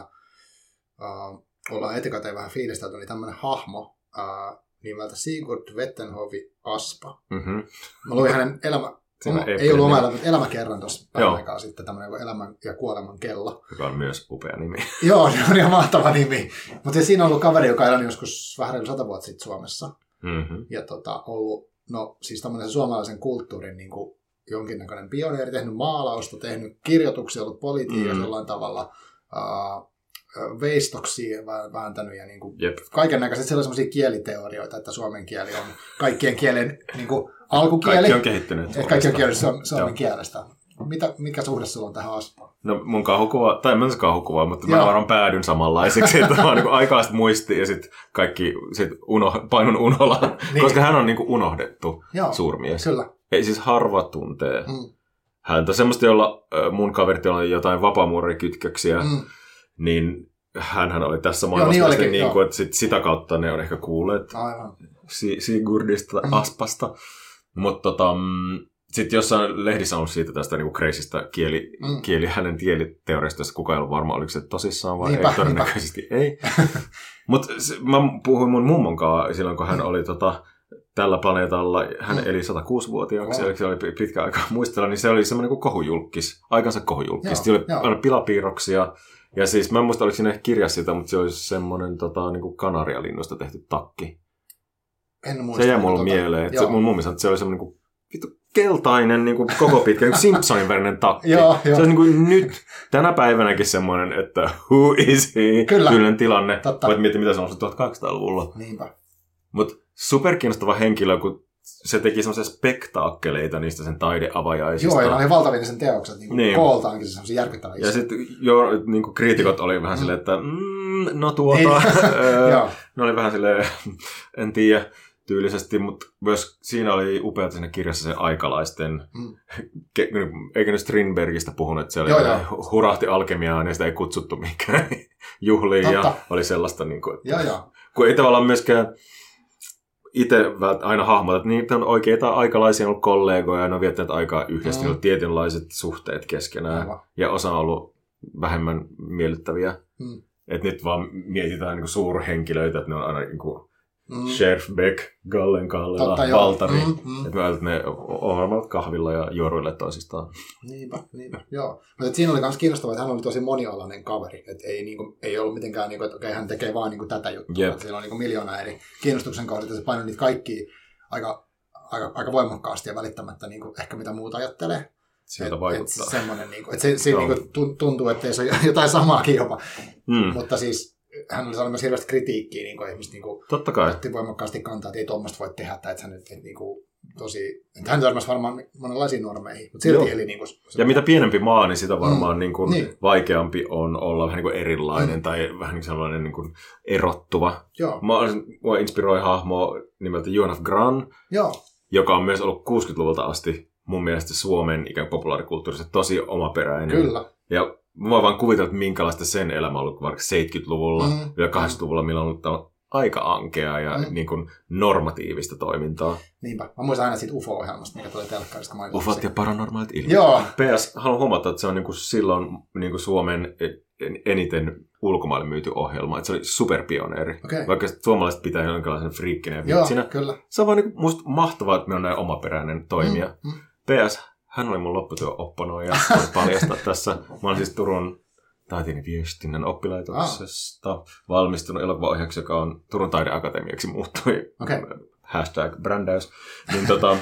uh, ollaan etukäteen vähän fiilistelty, niin tämmöinen hahmo, uh, nimeltä Sigurd Vettenhovi Aspa. Mm-hmm. Mä luin hänen elämä... Oma, ei ollut oma elämä, elämäkerran tuossa päivän aikaa sitten, tämmöinen elämän ja kuoleman kello. Joka on myös upea nimi. Joo, se on ihan mahtava nimi. Mutta siinä on ollut kaveri, joka elää joskus vähän reilu sata vuotta sitten Suomessa. Mm-hmm. Ja tota, ollut, no siis tämmöinen suomalaisen kulttuurin niin kuin jonkinnäköinen pioneeri, tehnyt maalausta, tehnyt kirjoituksia, ollut politiikassa mm-hmm. jollain tavalla... Uh, veistoksia vääntänyt ja niin kuin kaiken näköiset sellaisia kieliteorioita, että suomen kieli on kaikkien kielen niin kuin alkukieli. Kaikki on kehittynyt. Kaikki on kieli suomen, suomen kielestä. Mitä, mikä suhde sulla on tähän Aspaan? No mun kauhukuva, tai en mä kauhukuva, mutta Joo. mä varmaan päädyn samanlaiseksi, että mä oon niin aikaista muistia ja sitten kaikki sit uno, painun unolaan, niin. Koska hän on niin kuin unohdettu Joo, suurmies. Kyllä. Ei siis harva tuntee. Mm. Häntä semmoista, jolla mun kaverit on jotain vapaamuurikytköksiä, mm. niin hänhän oli tässä maailmassa joo, niin niin kuin, että sit sitä kautta ne on ehkä kuulleet si- Sigurdista, mm. Aspasta. Mutta tota, sitten jossain lehdissä on ollut siitä tästä niinku kreisistä kieli, mm. kieli, hänen kieliteoriasta, josta kukaan ei ollut varma, oliko se tosissaan vai niinpä, ei, todennäköisesti niinpä. Ei. Mutta mä puhuin mun mummon kanssa silloin, kun hän oli tota, tällä planeetalla, hän mm. eli satakuusi-vuotiaaksi, oh. eli se oli pitkä aika muistella, niin se oli semmoinen kuin kohujulkis, aikansa kohujulkis. Siinä oli aina pilapiirroksia. Ja siis mä en muista, oliko siinä kirjassa sitä, mutta se olisi semmoinen tota, niin kuin kanarialinnusta tehty takki. En muista. Se jäi mulle tota, mieleen. Että se, mun mummi sanoi, että se oli semmoinen niin vittu keltainen, niin kuin koko pitkä, niin Simpsonin värinen takki. Joo, se olisi niin kuin nyt, tänä päivänäkin semmoinen, että who is he? Kyllä. Tyylinen tilanne. Totta. Voit miettiä, mitä se on ollut tuhatkahdeksansataaluvulla. Niinpä. Mutta superkiinnostava henkilö, kun se teki semmoisia spektaakkeleita niistä sen taideavajaisista. Joo, ja ne oli valtavia sen teokset, niin, niin. kooltaankin se semmoisia järkyttäviä. Ja sitten jo niin kriitikot oli vähän mm. silleen, että mm, no tuota, ne oli vähän silleen, en tiedä, tyylisesti, mutta myös siinä oli upeata siinä kirjassa se aikalaisten, mm. ke, eikö nyt Strindbergistä puhunut, että se oli joo, hurahti alkemiaan ja sitä ei kutsuttu mikään juhliin Totta. Ja oli sellaista, niin kuin, että, joo, joo. kun ei tavallaan myöskään itse aina hahmotat, että niitä on oikeita aikalaisia ollut kollegoja ja ne on viettäneet aikaa yhdessä, mm. on tietynlaiset suhteet keskenään Aivan. Ja osa on ollut vähemmän miellyttäviä. Mm. Että nyt vaan mietitään niin suurhenkilöitä, että ne on aina niin kuin mm. Sheriff Beck, Gallen Kallila, Valtari. Mm, mm. Että me ajatellaan, että ne ohjelmat kahvilla ja juoruille toisistaan. Niinpä, niinpä, joo. Mutta siinä oli myös kiinnostavaa, että hän oli tosi monialainen kaveri. Että ei, niinku, ei ollut mitenkään, niinku, että okei, hän tekee vaan niinku tätä juttua. Yep. Siellä on niinku miljoona eri kiinnostuksen kohdista, että se painoi niitä kaikkia aika, aika, aika voimakkaasti ja välittämättä niinku, ehkä mitä muuta ajattelee. Siltä vaikuttaa. Et semmoinen, niinku, että se, se niinku, tuntuu, että se on jotain samaakin jopa. Mm. Mutta siis hän oli saanut myös hirveästi kritiikkiä, niin kuin ihmiset niin Totta kai. otti voimakkaasti kantaa, että ei tuommoista voi tehdä, tai että hän nyt niin kuin, tosi, että hän törmäsi varmaan monenlaisiin normeihin, mutta silti eli niin kuin, ja mitä pienempi maa, niin sitä varmaan mm, niin kuin niin. vaikeampi on olla vähän niin kuin erilainen mm. tai vähän niin sellainen niin kuin erottuva. Joo. Mä mua inspiroi hahmo nimeltä Johan Gran, Joo. joka on myös ollut kuusikymmentäluvulta asti mun mielestä Suomen ikään populaarikulttuurissa tosi omaperäinen. Kyllä. Ja mä voin vaan kuvitella, että minkälaista sen elämä on ollut vaikka seitsemänkymmentäluvulla, mm. vielä kahdeksankymmentäluvulla, millä on ollut aika ankea ja mm. niin kuin normatiivista toimintaa. Niinpä. Mä muistan aina siitä U F O-ohjelmasta, mikä tuli telkkarista. U F O ja paranormaalit ilmiöt. Joo. P S, haluan huomata, että se on niin kuin silloin niin kuin Suomen eniten ulkomaille myyty ohjelma. Että se oli superpioneeri. Okay. Vaikka suomalaiset pitää jonkinlaisen friikkinä ja vitsinä. Joo, kyllä. Se on vaan niin kuin musta mahtavaa, että me on näin omaperäinen toimija. Mm. Mm. P S, hän oli mun lopputyöopponoija ja voin paljastaa tässä. Mä olen siis Turun taiteen ja viestinnän oppilaitoksesta ah. valmistunut elokuvaohjaajaksi, joka on Turun taideakatemiaksi muuttui. Okay. Hashtag brändäys. Niin tota,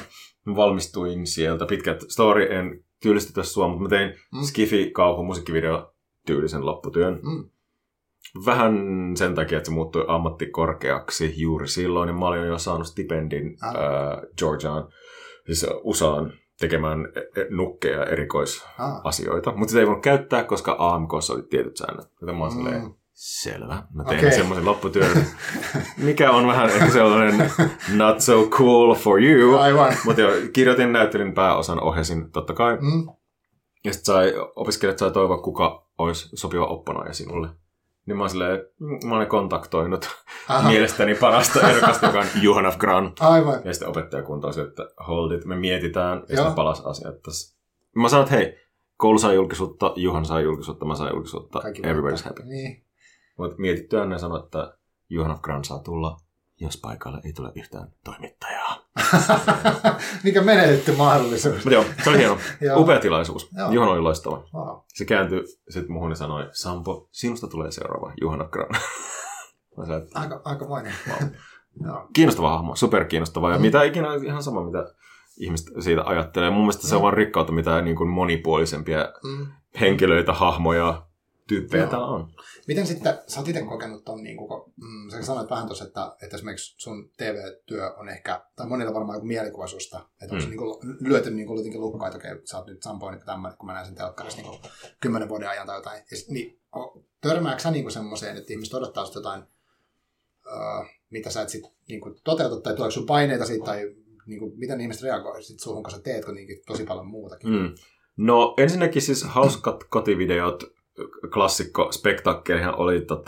mä valmistuin sieltä. Pitkät story, en tyylistä sua, mutta mä tein mm. skifi, kauhu, musiikkivideo tyylisen lopputyön. Mm. Vähän sen takia, että se muuttui ammattikorkeaksi juuri silloin, niin mä olin jo saanut stipendin ah. äh, Georgiaan, siis U S Aan, tekemään nukkeja ja erikoisasioita. Ah. Mutta sitä ei voinut käyttää, koska A M K:ssa oli tietyt säännöt. Joten mä oon mm. silleen, selvä. Mä tein okay. semmoisen lopputyön, mikä on vähän ehkä sellainen not so cool for you. Aivan. Mutta jo, kirjoitin, näyttelin pääosan, ohesin totta kai. Mm. Ja sitten sai, opiskelijat sai toivoa, kuka olisi sopiva opponoija sinulle. Niin mä oon silleen, mä olen kontaktoinut Aha. mielestäni parasta ehdokasta, joka on Johan af Gran. Aivan. Ja sitten opettajakunta on että hold it, me mietitään, ja sitten palas asiat tässä. Mä sanoin, että hei, koulu saa julkisuutta, Juhan saa julkisuutta, mä saan julkisuutta, kaikki everybody's happy. Niin. Mutta mietittyään ne sanoi, että Johan af Gran saa tulla, jos paikalle ei tule yhtään toimittajaa. Mikä menetetty mahdollisuus. Mutta joo, se oli hieno. Upea tilaisuus. Juhan oli loistava. Wow. Se kääntyi sitten muhun ja sanoi, Sampo, sinusta tulee seuraava Johan af Gran. Sanoin, aika, aika mainen. Wow. Kiinnostava hahmo, superkiinnostava. Ja mm. mitä ikinä, ihan sama mitä ihmiset siitä ajattelee. Mun mielestä mm. se on vaan rikkautta, mitä niin kuin monipuolisempia mm. henkilöitä, hahmoja, tyyppejä täällä on. Miten sitten, sä oot itse kokenut ton, niin kuin, mm, sä sanoit vähän tuossa, että, että esimerkiksi sun T V-työ on ehkä, tai monilla varmaan joku mielikuva susta, että mm. onko se niin kuin, lyöty niin kuin, jotenkin lukkoa, että okei, sä oot nyt Sampo, niin tämmöinen, kun mä näin sen telkkarissa niin kymmenen vuoden ajan tai jotain. Ja sit, niin, törmääkö sä niin semmoiseen, että ihmiset odottaa sit jotain, uh, mitä sä et sit niin kuin, toteuta, tai tuleeko sun paineita siitä, tai niin kuin, miten ihmiset reagoi sit suhun, kun sä teet kuitenkin tosi paljon muutakin? Mm. No ensinnäkin siis hauskat kotivideot, klassikko spektakkelihan oli tota,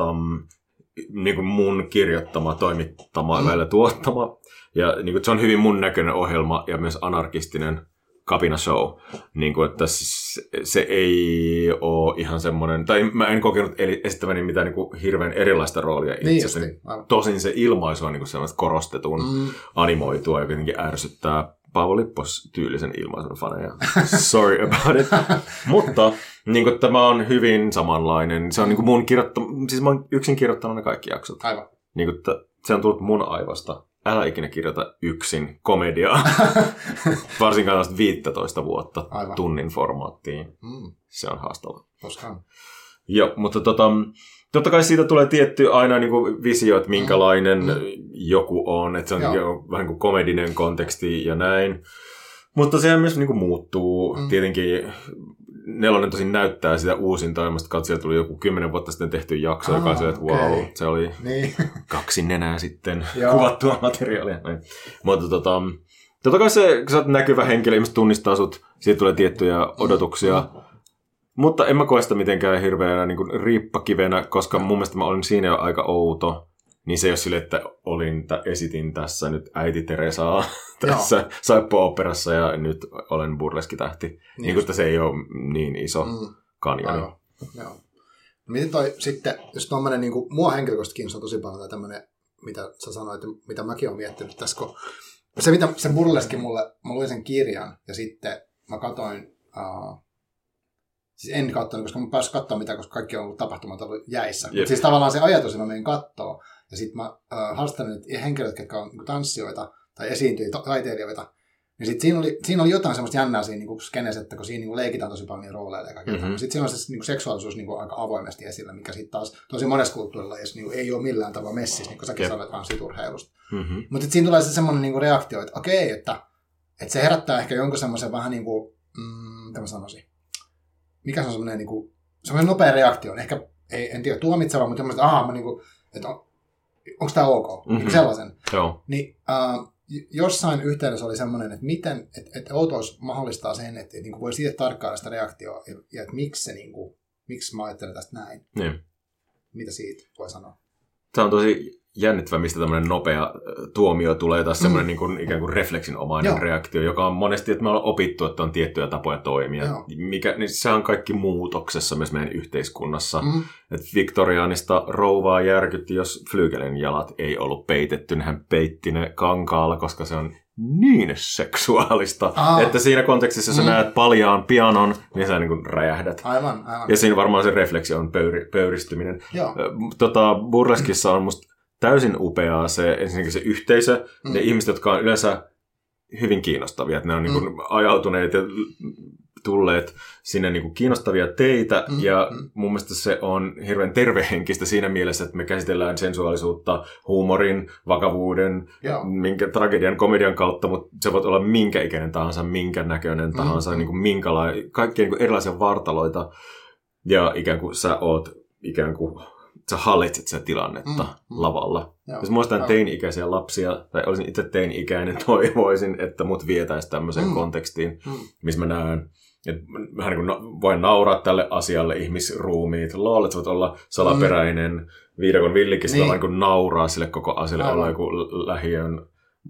niin kuin mun kirjoittama, toimittama ja välillä tuottama. Ja niin kuin, se on hyvin mun näköinen ohjelma ja myös anarkistinen kapinashow. Niin kuin, että se, se ei ole ihan semmoinen, tai mä en kokenut esittäväni mitään niin kuin hirveän erilaista roolia itse. Niin tosin se ilmaisu on niin kuin sellaista korostetun, mm. animoitua ja jotenkin ärsyttää Paavo Lippos-tyylisen ilmaisun faneja. Sorry about it. Mutta niin kuin, tämä on hyvin samanlainen. Se on niin kuin mun kirjoittama, siis mä oon yksin kirjoittanut ne kaikki jaksot. Aivan. Niin kuin, se on tullut mun aivosta. Älä ikinä kirjoita yksin komediaa. Varsinkaan tästä viisitoista vuotta Aivan. tunnin formaattiin. Mm. Se on haastava. Koskaan. Joo, mutta tota, totta kai siitä tulee tietty aina niin kuin visio, että minkälainen mm. joku on. Että se on niin vähän kuin komedinen konteksti ja näin. Mutta sehän myös niin kuin muuttuu. Mm. Tietenkin Nelonen tosin näyttää sitä uusinta. Ja katsoja tuli joku kymmenen vuotta sitten tehty jakso, ah, joka oli se, että wow, okay. se oli niin. kaksi nenää sitten kuvattua materiaalia. Näin. Mutta tota, totta kai se, kun sä oot näkyvä henkilö, ihmiset tunnistaa sut, siitä tulee tiettyjä odotuksia. Mm. Mutta en mä koe sitä mitenkään hirveänä niin kuin riippakivenä, koska mun mielestä mä olin siinä jo aika outo. Niin se ei ole sille, että olin, t- esitin tässä nyt äiti Teresaa tässä Saippo-operassa ja nyt olen burleskitähti. Niin, niin kuin, että se ei ole niin iso mm. kanjoni. Joo. Joo. No miten toi sitten, jos tommoinen, niin kuin, mua henkilökohtaisesti kiinnostaa tosi paljon tai tämmöinen, mitä sä sanoit, mitä mäkin olen miettinyt tässä, kun se, mitä, se burleski mulle, mä luin sen kirjan ja sitten mä katsoin, uh, siis en katsonut, koska mä pääsin katsoa mitään, koska kaikki on ollut tapahtumat ollut jäissä. Yep. Siis tavallaan se ajatus, että mä menin katsoa. Ja sitten mä äh, haastattelin henkilöt, jotka on niin tanssijoita tai esiintyjiä, taiteilijoita. Ja sitten siinä oli, siinä oli jotain semmoista jännää siinä niin skenessä, että kun siinä niin leikitään tosi paljon rooleja ja kaikkea. Mm-hmm. Sitten siinä on se niin seksuaalisuus niin aika avoimesti esillä, mikä sitten taas tosi monessa kulttuurilla niin ei ole millään tavalla messissä, niin kuin säkin yep. sanoit vaan siturheilusta. Mm-hmm. Mutta sitten siinä tulee se semmoinen niin reaktio, että okei, että, että se herättää ehkä jonkun semmoisen vähän niin kuin, mm, mitä mä sanoisin, mikä se on semmoinen, niin kuin, semmoinen nopea reaktio. Ehkä, ei, en tiedä, tuomitseva, mutta semmoinen, että aha, mä niin kuin, että on, onko tämä ok? Mm-hmm. Niin sellaisen. Joo. Niin äh, jossain yhteydessä oli semmoinen, että miten, että, että outous mahdollistaa sen, että, että niin kuin voi siitä tarkkailla sitä reaktioa ja, ja että miksi se, niin kuin, miksi mä ajattelen tästä näin. Niin. Mitä siitä voi sanoa? Tämä on tosi jännittävä, mistä tämmöinen nopea tuomio tulee, taas semmoinen mm. niin kuin, ikään kuin refleksinomainen Joo. reaktio, joka on monesti, että me ollaan opittu, että on tiettyjä tapoja toimia. Mikä, niin se on kaikki muutoksessa myös meidän yhteiskunnassa. Mm. Että viktoriaanista rouvaa järkytti, jos Flügelin jalat ei ollut peitetty, niin hän peitti ne kankaalla, koska se on niin seksuaalista, Aa. että siinä kontekstissa, jos mm. sä näet paljaan pianon, niin sä niin kuin räjähdät. Aivan, aivan. Ja siinä varmaan se refleksi on pöyri, pöyristyminen. Tota, burleskissa on musta täysin upeaa se, ensinnäkin se yhteisö, mm. ne ihmiset, jotka on yleensä hyvin kiinnostavia. Että ne on mm. niin kuin ajautuneet ja tulleet sinne niin kuin kiinnostavia teitä, mm. ja mun mielestä se on hirveän tervehenkistä siinä mielessä, että me käsitellään sensuaalisuutta huumorin, vakavuuden, minkä, tragedian, komedian kautta, mutta se voi olla minkä ikäinen tahansa, minkä näköinen tahansa, mm. niin kuin minkälainen, kaikkia niin kuin erilaisia vartaloita, ja ikään kuin sä oot ikään kuin sä hallitset sitä tilannetta mm, mm. lavalla. Joo, jos muistan joo. teini-ikäisiä lapsia, tai olisin itse teini-ikäinen, toivoisin, että mut vietäisi tämmöiseen mm. kontekstiin, mm. missä mä näen, että vähän niin kuin na- voin nauraa tälle asialle ihmisruumiit. Lol, että sä voit olla salaperäinen mm. viidakon villikin, niin. Vaan niin kuin nauraa sille koko asialle, olla joku lähiön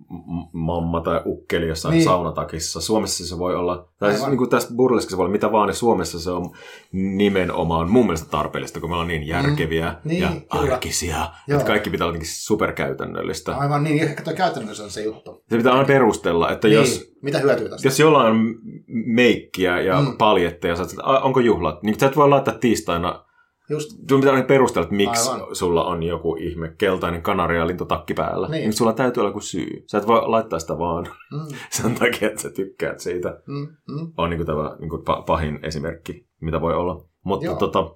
mamma tai ukkeli jossain niin. saunatakissa. Suomessa se voi olla, tai siis niin kuin tässä burleskissa voi olla mitä vaan, niin Suomessa se on nimenomaan mun mielestä tarpeellista, kun me ollaan niin järkeviä mm. niin, ja kyllä. arkisia, Joo. että kaikki pitää olla jotenkin superkäytännöllistä. Aivan niin, ehkä tuo käytännössä on se juttu. Se pitää aina perustella, että niin. jos... Mitä hyötyy tästä? Jos jollain on meikkiä ja mm. paljetteja, että onko juhlat, niin sä et voi laittaa tiistaina. Just. Sun pitää perustella, että miksi Aivan. sulla on joku ihme keltainen kanarialintotakki päällä. Niin. Niin sulla täytyy olla joku syy. Sä et voi laittaa sitä vaan mm. sen takia, että sä tykkäät siitä. Mm. Mm. On niin kuin tämä niin kuin pahin esimerkki, mitä voi olla. Mutta Joo. tota,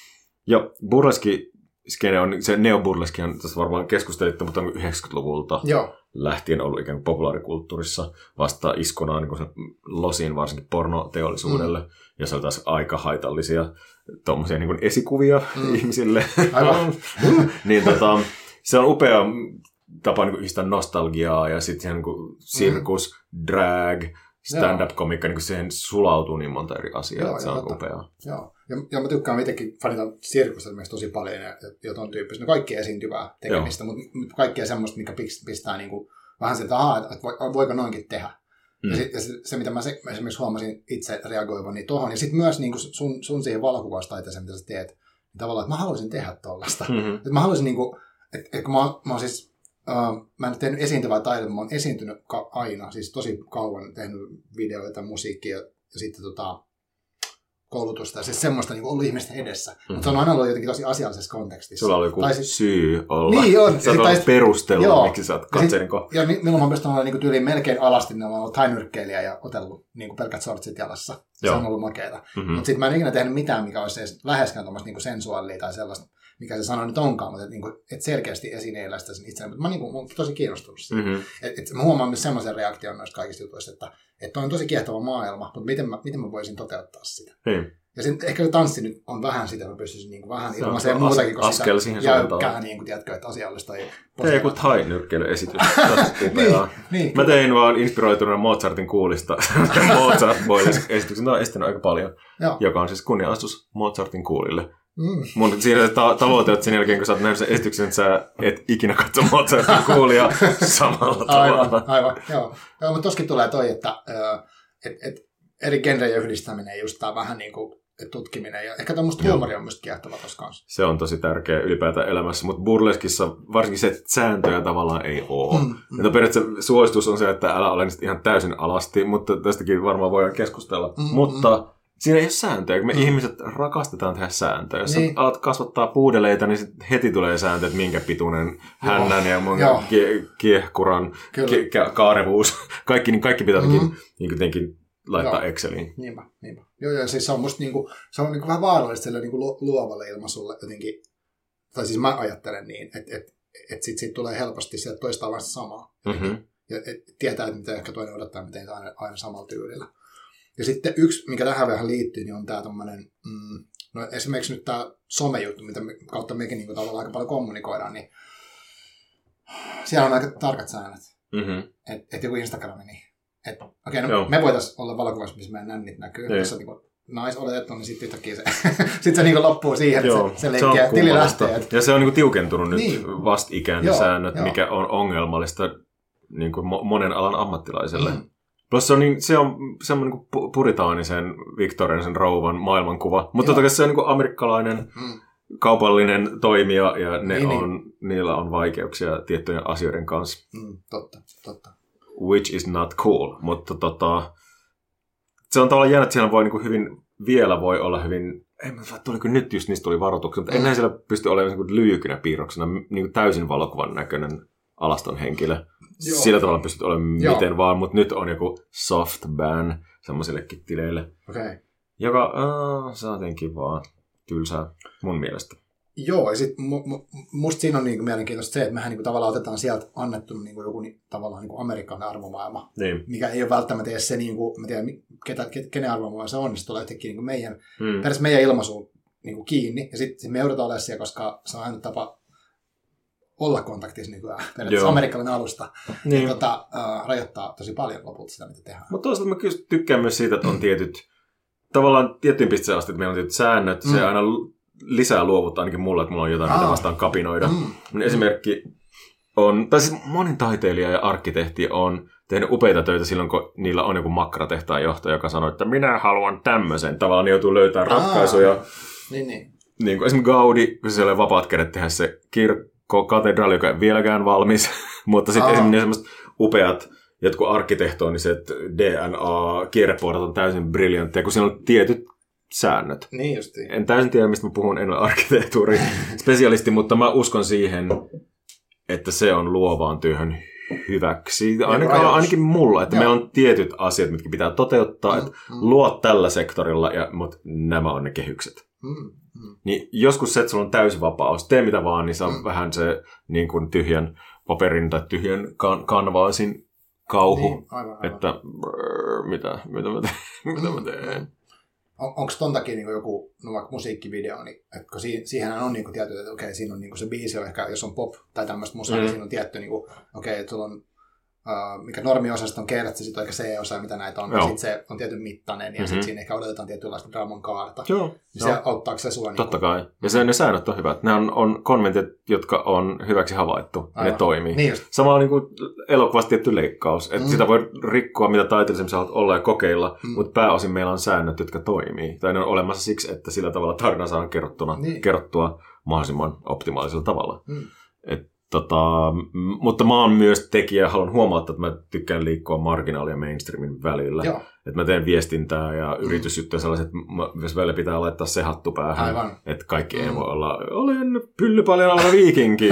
jo, burleski skene on, se neoburleski on, tässä varmaan keskustelitte, mutta on yhdeksänkymmentäluvulta Joo. lähtien ollut ikään kuin populaarikulttuurissa vasta iskonaan niin kuin se losiin varsinkin pornoteollisuudelle. Mm. Ja se on taas aika haitallisia tommosia niin kuin esikuvia mm. ihmisille. Aivan. niin tota, se on upea tapa niin kuin yhdistää nostalgiaa ja sitten niin kuin sirkus, mm. drag, stand-up-komikka, niin kuin siihen sulautuu niin monta eri asiaa, Joo, että se on totta. upeaa. Joo. Ja, ja mä tykkään itsekin fanita sirkusta tosi paljon ja, ja ton tyyppistä. No kaikki esiintyvää tekemistä, Joo. mutta kaikkea semmoista, mikä pistää niin kuin, vähän sieltä, että, että voiko noinkin tehdä. Mm. Ja, sit, ja se, se, mitä mä se, esimerkiksi huomasin itse reagoivan niin tohon, ja sitten myös niin kuin sun, sun siihen valokuvaustaiteeseen, mitä sä teet, niin tavallaan, että mä haluaisin tehdä tollaista. Mm-hmm. Että mä haluaisin, niin kuin, että, että kun mä, mä oon siis, uh, mä en ole tehnyt esiintyvää taidetta, mä oon esiintynyt ka- aina, siis tosi kauan tehnyt videoita, musiikkia ja, ja sitten tota, koulutusta ja siis semmoista niin ollut ihmisten edessä. Mm-hmm. Mutta se on aina ollut jotenkin tosi asiallisessa kontekstissa. Sulla oli joku siis... syy olla. Niin on. Sä oot ollut perustelu, joo. miksi sä oot katselin kohta. Ja milloin mä oon pystynyt olla niin tyyliin melkein alasti, niin mä oon ollut tainyrkkeilijä ja otellut niin pelkät sortsit jalassa. Se joo. on ollut makeeta. Mm-hmm. Mutta sitten mä en ikinä tehnyt mitään, mikä olisi edes läheskään tuommoista niin sensuaalia tai sellaista, mikä se sana nyt onkaan, mutta että niin et selkeästi esineillä sitä sen itseään. Mutta mä, niin kuin, mä oon tosi kiinnostunut siitä. Mm-hmm. Et, et mä huomaan myös semmoisen reaktion noista kaikista jutuista, että et toi on tosi kiehtova maailma, mutta miten mä, miten mä voisin toteuttaa sitä. Hmm. Ja sitten ehkä se tanssi nyt on vähän sitä, että mä pystyisin niin kuin vähän ilmaiseen as- muutakin, kun askel sitä jäykkää, niin kuin tiedätkö, että asiallista ei... Tee joku thai-nyrkkeilyesitys. niin, niin, mä tein vaan inspiroituneena Mozartin kuulista Mozart Boyle-esityksen. Tämä on estänyt aika paljon, Joo. joka on siis kunnia-astus Mozartin kuulille. Mm. Mun siinä se ta- tavoite, että sen jälkeen kun sä oot nähnyt sen esityksen, että sä et ikinä katso Mozartin kuulia samalla tavalla. Aivan, aivan, joo. joo mutta toskin tulee toi, että et, et eri genrejen yhdistäminen ja just tää vähän niin kuin tutkiminen. Ja ehkä tämmöistä huumori on myös kiehtova tuossa kanssa. Se on tosi tärkeä ylipäätään elämässä, mutta burleskissa varsinkin se, että sääntöjä tavallaan ei ole. Mm, mm. Periaatteessa suositus on se, että älä ole ihan täysin alasti, mutta tästäkin varmaan voidaan keskustella. Mm, mutta mm. siinä ei ole sääntöjä, kun me mm. ihmiset rakastetaan tehdä sääntöjä. Jos niin. alat kasvattaa puudeleita, niin sit heti tulee sääntö, että minkä pituinen hännän ja mun kie- kiehkuran kie- kaarevuus. Kaikki, niin kaikki pitää mm. niin jotenkin laittaa Joo. Exceliin. Niinpä, niinpä. Joo, ja siis se on musta niinku, se on niinku vähän vaarallista sille niinku luovalle ilmaisulle jotenkin, tai siis mä ajattelen niin, että et, et sit, sit tulee helposti sieltä toistaan vasta samaa. Mm-hmm. Ja et, tietää, että mitä ehkä toinen odottaa, mitä ei aina, aina samalla tyylillä. Ja sitten yksi, mikä tähän vähän liittyy, niin on tää tommonen, mm, no esimerkiksi nyt tää somejuttu, mitä me, kautta mekin niinku tavallaan aika paljon kommunikoidaan, niin siellä on aika tarkat säännöt. Mm-hmm. Että et joku Instagrami, niin että okei, okay, no me voitaisiin olla valokuvassa, missä meidän nännit näkyy. Jos on niinku naisoletettu, niin sitten yhtäkkiä se, sit se niinku loppuu siihen, että se, se leikkiä se tili lähtee. Et... Ja se on niinku tiukentunut niin. nyt vastikään ne säännöt, joo. mikä on ongelmallista niinku monen alan ammattilaiselle. Mm. Plus se on, niin, se on semmoinen niin puritaanisen viktorianisen rouvan maailmankuva, mutta totta kai se on niin amerikkalainen mm. kaupallinen toimija ja ne niin, on, niin. niillä on vaikeuksia tiettyjen asioiden kanssa. Mm, totta, totta. Which is not cool, mutta tota, se on tavallaan jännä, että siellä voi niin kuin hyvin, vielä voi olla hyvin, ei mä tiedä, tuliko nyt just niistä tuli varoituksia, mutta mm. enää siellä pysty olemaan niin lyijykynä piirroksena niin kuin täysin valokuvan näköinen alaston henkilö. Joo. Sillä tavalla pystyt olemaan Joo. miten vaan, mutta nyt on joku soft ban semmoisillekin tileille. Okay. Joka, äh, se on jotenkin vaan tylsää mun mielestä. Joo, ja sitten mu, mu, musta siinä on niinku mielenkiintoista se, että mehän niinku tavallaan otetaan sieltä annettu niinku joku ni, tavallaan niinku amerikkalainen arvomaailma, niin. mikä ei ole välttämättä edes se, niinku, mä tiedän, ketä, kenen arvomaailma se on, niin se tulee jotenkin niinku meidän, hmm. periaatteessa meidän ilmaisuun niinku kiinni, ja sitten sit me joudutaan olemaan siellä, koska se on aina tapa olla kontaktissa nykyään, periaatteessa amerikkalainen alusta, niin. ja tota, uh, rajoittaa tosi paljon lopulta sitä, mitä tehdään. Mutta toisaalta mä kyllä tykkään myös siitä, että on tietyt, tavallaan tiettyyn pisteeseen asti, että meillä on tietyt säännöt, mm. se aina lisää luovuttaa ainakin mulle, että mulla on jotain, ah. mitä vastaan kapinoida. Mm. Esimerkki on, tai siis moni taiteilija ja arkkitehti on tehnyt upeita töitä silloin, kun niillä on joku makkaratehtaan johtaja, joka sanoo, että minä haluan tämmöisen. Tavallaan ne joutuu löytämään ratkaisuja. Ah. Niin, niin. Niin kuin esimerkiksi Gaudi, kun se oli vapaat kädet tehdä se kirkko, katedraali, joka ei vieläkään valmis. Mutta sitten esimerkiksi ne semmoiset upeat jotkut arkkitehtooniset D N A-kierrepuolet on täysin briljantteja, kun siinä on tietyt säännöt. Niin justiin. En täysin tiedä, mistä mä puhun, en ole arkkitehtuurin spesialisti, mutta mä uskon siihen, että se on luovaan työhön hyväksi. Ainakin, ainakin mulla, että meillä on tietyt asiat, mitkä pitää toteuttaa, mm, että mm. luo tällä sektorilla, ja, mutta nämä on ne kehykset. Mm, mm. Niin joskus se, että sulla on täysi vapaus, tee mitä vaan, niin se on mm. vähän se niin kuin tyhjän paperin tai tyhjän kan- kanvaasin kauhu, niin, aivan, aivan. Että brrr, mitä, mitä mä teen? mitä mä teen? On, onko ton takia niin joku no vaikka musiikkivideo, niin, että si, siihenhän on niin tietty, että okei, siinä on niin se biisi, on ehkä, jos on pop tai tämmöistä musaa, mm. niin siinä on tietty, niin kuin, okei, että sulla on, uh, mikä normiosasto on kertsi, sitten on ehkä C-osa, mitä näitä on, ja sitten se on tietyn mittainen, ja mm-hmm. sitten siinä ehkä odotetaan tietynlaista draaman kaarta. Joo. Niin se auttaako se sua? Totta niin kai. Ja se, ne säännöt on hyvät. Ne on, on konventit, jotka on hyväksi havaittu, ja ne toimii. Niin samalla niin kuin elokuvassa tietty leikkaus, että mm. sitä voi rikkoa, mitä taiteellisemmin sä haluat olla ja kokeilla, mm. mutta pääosin meillä on säännöt, jotka toimii. Tai ne on olemassa siksi, että sillä tavalla tarina saadaan kerrottuna, niin. kerrottua mahdollisimman optimaalisella tavalla. Mm. Et, tota, mutta mä oon myös tekijä ja haluan huomauttaa, että mä tykkään liikkua marginaalin ja mainstreamin välillä. Joo. Että mä teen viestintää ja mm. yritysjuttuja sellaiset, että jos välillä pitää laittaa se hattu päähän. Aivan. Että kaikki mm. ei voi olla, olen pyllypaljon alla viikinki.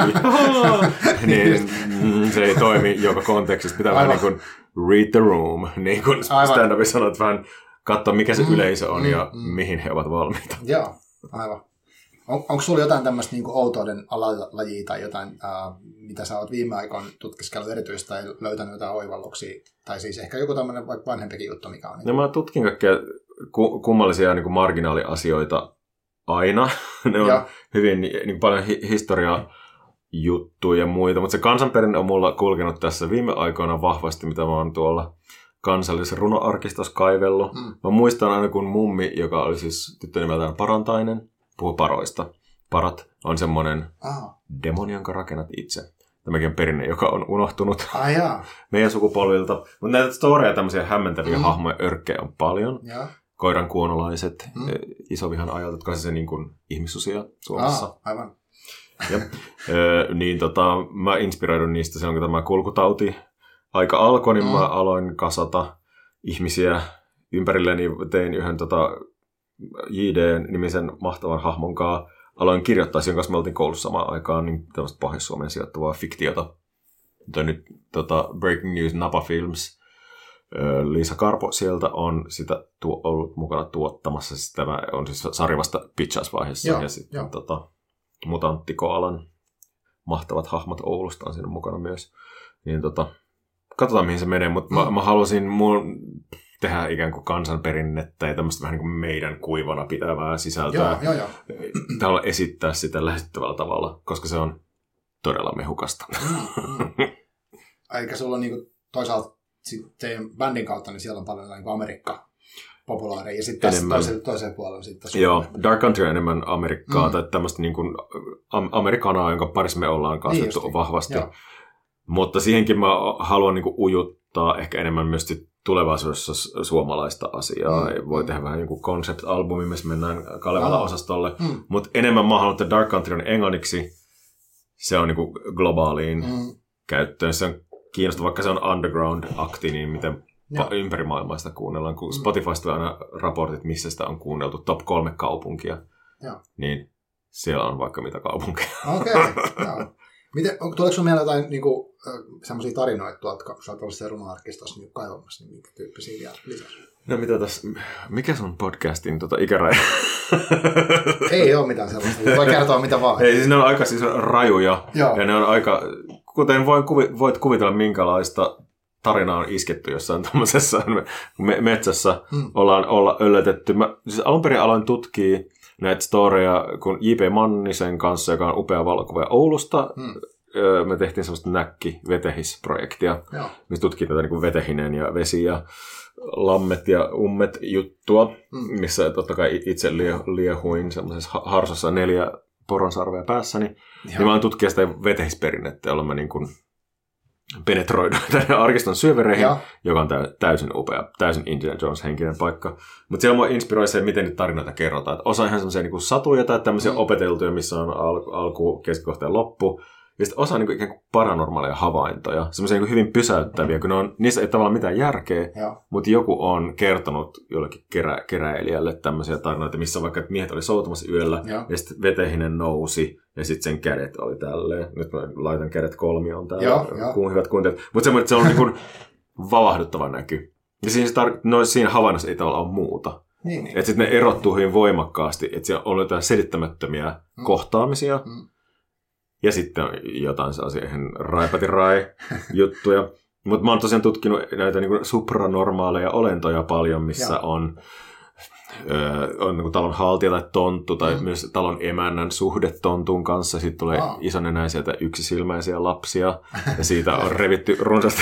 Niin se ei toimi joka kontekstissa. Pitää Aivan. vähän niin kuin read the room, niin kuin stand-upissa sanot, vähän katsoa mikä se mm. yleisö on mm. ja mm. mihin he ovat valmiita. Joo, aivan. On, onko sulla jotain tämmöistä niin kuin outouden alalajia tai jotain, uh, mitä sä oot viime aikoina tutkiskellut erityistä tai löytänyt jotain oivalluksia? Tai siis ehkä joku tämmöinen vaikka vanhempikin juttu, mikä on. Niin... No mä tutkin kaikkea ku- kummallisia niin kuin marginaaliasioita aina. Ne on ja. hyvin niin paljon hi- historiajuttuja ja muita, mutta se kansanperinne on mulla kulkenut tässä viime aikoina vahvasti, mitä mä oon tuolla kansallisessa runoarkistossa kaivellut. Hmm. Mä muistan aina, kun mummi, joka oli siis tyttö nimeltään Parantainen, puhuu paroista. Parat on semmoinen Aha. demoni, jonka rakennat itse. Tämäkin on perinne, joka on unohtunut ah, jaa. meidän sukupolvilta. Mutta näitä storeja, tämmöisiä hämmentäviä mm. hahmoja, örkkejä on paljon. Ja. Koiran kuonolaiset, mm. isovihan ajat, jotka on se niin kuin ihmissusia Suomessa. Ah, aivan. Ja, ö, niin tota, mä inspiroidun niistä silloin, kun tämä kulkutauti aika alkoi, niin mm. mä aloin kasata ihmisiä ympärilleni. Tein yhden tota, J D-nimisen mahtavan hahmon kanssa. Aloin kirjoittaa, sen kanssa me oltiin koulussa samaan aikaan, niin tämmöistä Pohjois-Suomeen sijoittuvaa fiktiota. Mutta nyt tota, Breaking News Napa Films. Liisa Karpo sieltä on sitä tuo, ollut mukana tuottamassa. Siis tämä on siis sarja vasta pitchausvaiheessa. Ja sitten tota, Mutantti Koalan mahtavat hahmot Oulusta on siinä mukana myös. Niin tota, katsotaan mihin se menee, mutta mm. mä, mä halusin mun... tehdä ikään kuin kansanperinnettä ja tämmöistä vähän niin kuin meidän kuivana pitävää sisältöä. Joo, joo, joo. Haluan esittää sitä lähestyttävällä tavalla, koska se on todella mehukasta. Mm, mm. Eikä sulla niin kuin toisaalta teidän bändin kautta, niin siellä on paljon niin kuin Amerikka populaaria ja sitten toiseen, toiseen puolelle sitten Suomeen. Joo, Dark Country on enemmän Amerikkaa mm. tai tämmöistä niin kuin amerikanaa, jonka parissa me ollaan kasvettu niin vahvasti. Joo. Mutta siihenkin mä haluan niin kuin ujuttaa ehkä enemmän myös tulevaisuudessa suomalaista asiaa. Mm. Voi tehdä vähän joku concept-albumi, missä mennään Kalevala-osastolle. Mm. Mutta enemmän mä haluan, että Dark Country on englanniksi. Se on niinku globaaliin mm. käyttöön. Se on kiinnostavaa, vaikka se on underground-akti, niin miten ja. ympäri maailmaa sitä kuunnellaan. Kun mm. Spotifysta on aina raportit, missä sitä on kuunneltu. Top kolme kaupunkia. Ja. Niin siellä on vaikka mitä kaupunkeja. Okei, okay. Miten, on, tuleeko sinulla mieleen jotain niin kuin, sellaisia tarinoita tuolta, kun sä olet ollut siellä runoarkistossa niin kaivamassa, niin minkä tyyppisiä vielä lisäksi? No mitä tässä, mikä sun podcastin tota, ikäraja? Ei ole mitään sellaista, voi kertoa mitä vaan. Ei, siis ne on aika siis rajuja. Joo. Ja ne on aika, kuten voin kuvi, voit kuvitella minkälaista tarinaa on isketty jossain tämmöisessä me, metsässä, hmm. ollaan olla öllötetty. Mä siis alun perin aloin tutkia näitä storeja, kun J P Mannisen kanssa, joka on upea valokuvaaja Oulusta, hmm. me tehtiin sellaista näkki-vetehis-projektia, Joo. missä tutkii tätä niin kuin vetehinen ja vesi ja lammet ja ummet juttua, hmm. missä totta kai itse liehuin semmoisessa harsassa neljä poronsarvea päässäni. Niin mä oon tutkia sitä vetehisperinnettä, jolla mä niin kuin penetroidun tänne arkiston syövereihin, ja. joka on täysin upea, täysin Indiana Jones-henkinen paikka. Mutta siellä mua inspiroi se, miten niitä tarinoita kerrotaan. Et osa ihan semmoisia niin satuja tai tämmöisiä mm. opeteltuja, missä on al- alku, keskikohta ja loppu. Ja sitten osa niin kuin, ikään kuin paranormaaleja havaintoja, semmoisia niin hyvin pysäyttäviä, kun ne on, niissä ei tavallaan mitään järkeä, ja. mutta joku on kertonut jollekin kerä, keräilijälle tämmöisiä tarinoita, missä vaikka että miehet oli soutumassa yöllä, ja, ja sitten vetehinen nousi, ja sitten sen kädet oli tälleen. Nyt mä laitan kädet kolmioon täällä, kun hyvät kuuntelijat. Mutta semmoinen, että se on niin kuin vavahduttava näky. Ja siinä, tar- no, siinä havainnossa ei tavallaan ole muuta. Niin, niin. Että sitten ne erottuu hyvin voimakkaasti, että siellä on jotain selittämättömiä mm. kohtaamisia, mm. ja sitten jotain sellaisia ihan raipatirai juttuja. Mutta mä oon tosiaan tutkinut näitä niinku supranormaaleja olentoja paljon, missä ja. on, öö, on niinku talon haltija tai tonttu, tai mm. myös talon emännän suhde tontun kanssa. Sitten tulee oh. isonenäisiä tai yksisilmäisiä lapsia, ja siitä on revitty runsaasti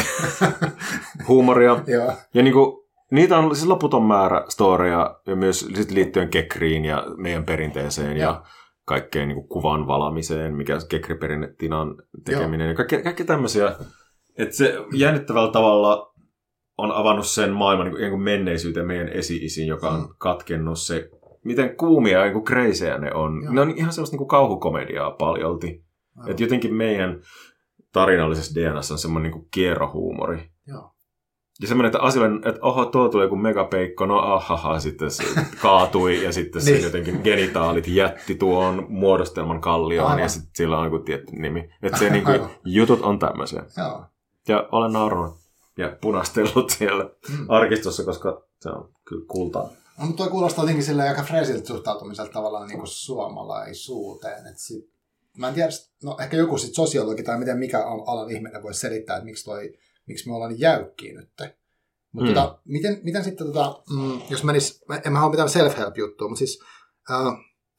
huumoria. ja, ja niinku, niitä on siis loputon määrä storeja, ja myös sit liittyen Kekriin ja meidän perinteeseen, ja, ja kaikkeen niin kuin kuvan valamiseen, mikä Kekri-perinne Tinan tekeminen, ja kaikki, kaikki tämmöisiä. Että se jännittävällä tavalla on avannut sen maailman niin kuin menneisyyteen meidän esi-isin, joka on mm. katkennut se, miten kuumia ja niin kreisejä ne on. Joo. Ne on ihan sellaista niin kuin kauhukomediaa paljolti. Että jotenkin meidän tarinallisessa D N A:ssa on semmoinen niin kuin kierrohuumori. Joo. Ja semmoinen, että asioille, että oho, tuolla tulee joku megapeikko, no ahaha, sitten se kaatui ja sitten se niin. jotenkin genitaalit jätti tuon muodostelman kallioon Aivan. ja sitten sillä on joku tietty nimi. Että se niin kuin, jutut on tämmöisiä. Joo. Ja olen naurannut ja punastellut siellä mm. arkistossa, koska se on kyllä kultaa. No, mutta toi kuulostaa jotenkin silleen aika freesiltä suhtautumiselta tavallaan niin kuin suomalaisuuteen. Että sit, mä en tiedä, no ehkä joku sit sosiologi tai miten mikä alan ihminen voisi selittää, että miksi toi miksi me ollaan niin jäykkiä nyt. Mutta mm. tota, miten, miten sitten, tota, mm, jos menis, en mä halua mitään self-help-juttua, mutta siis, äh,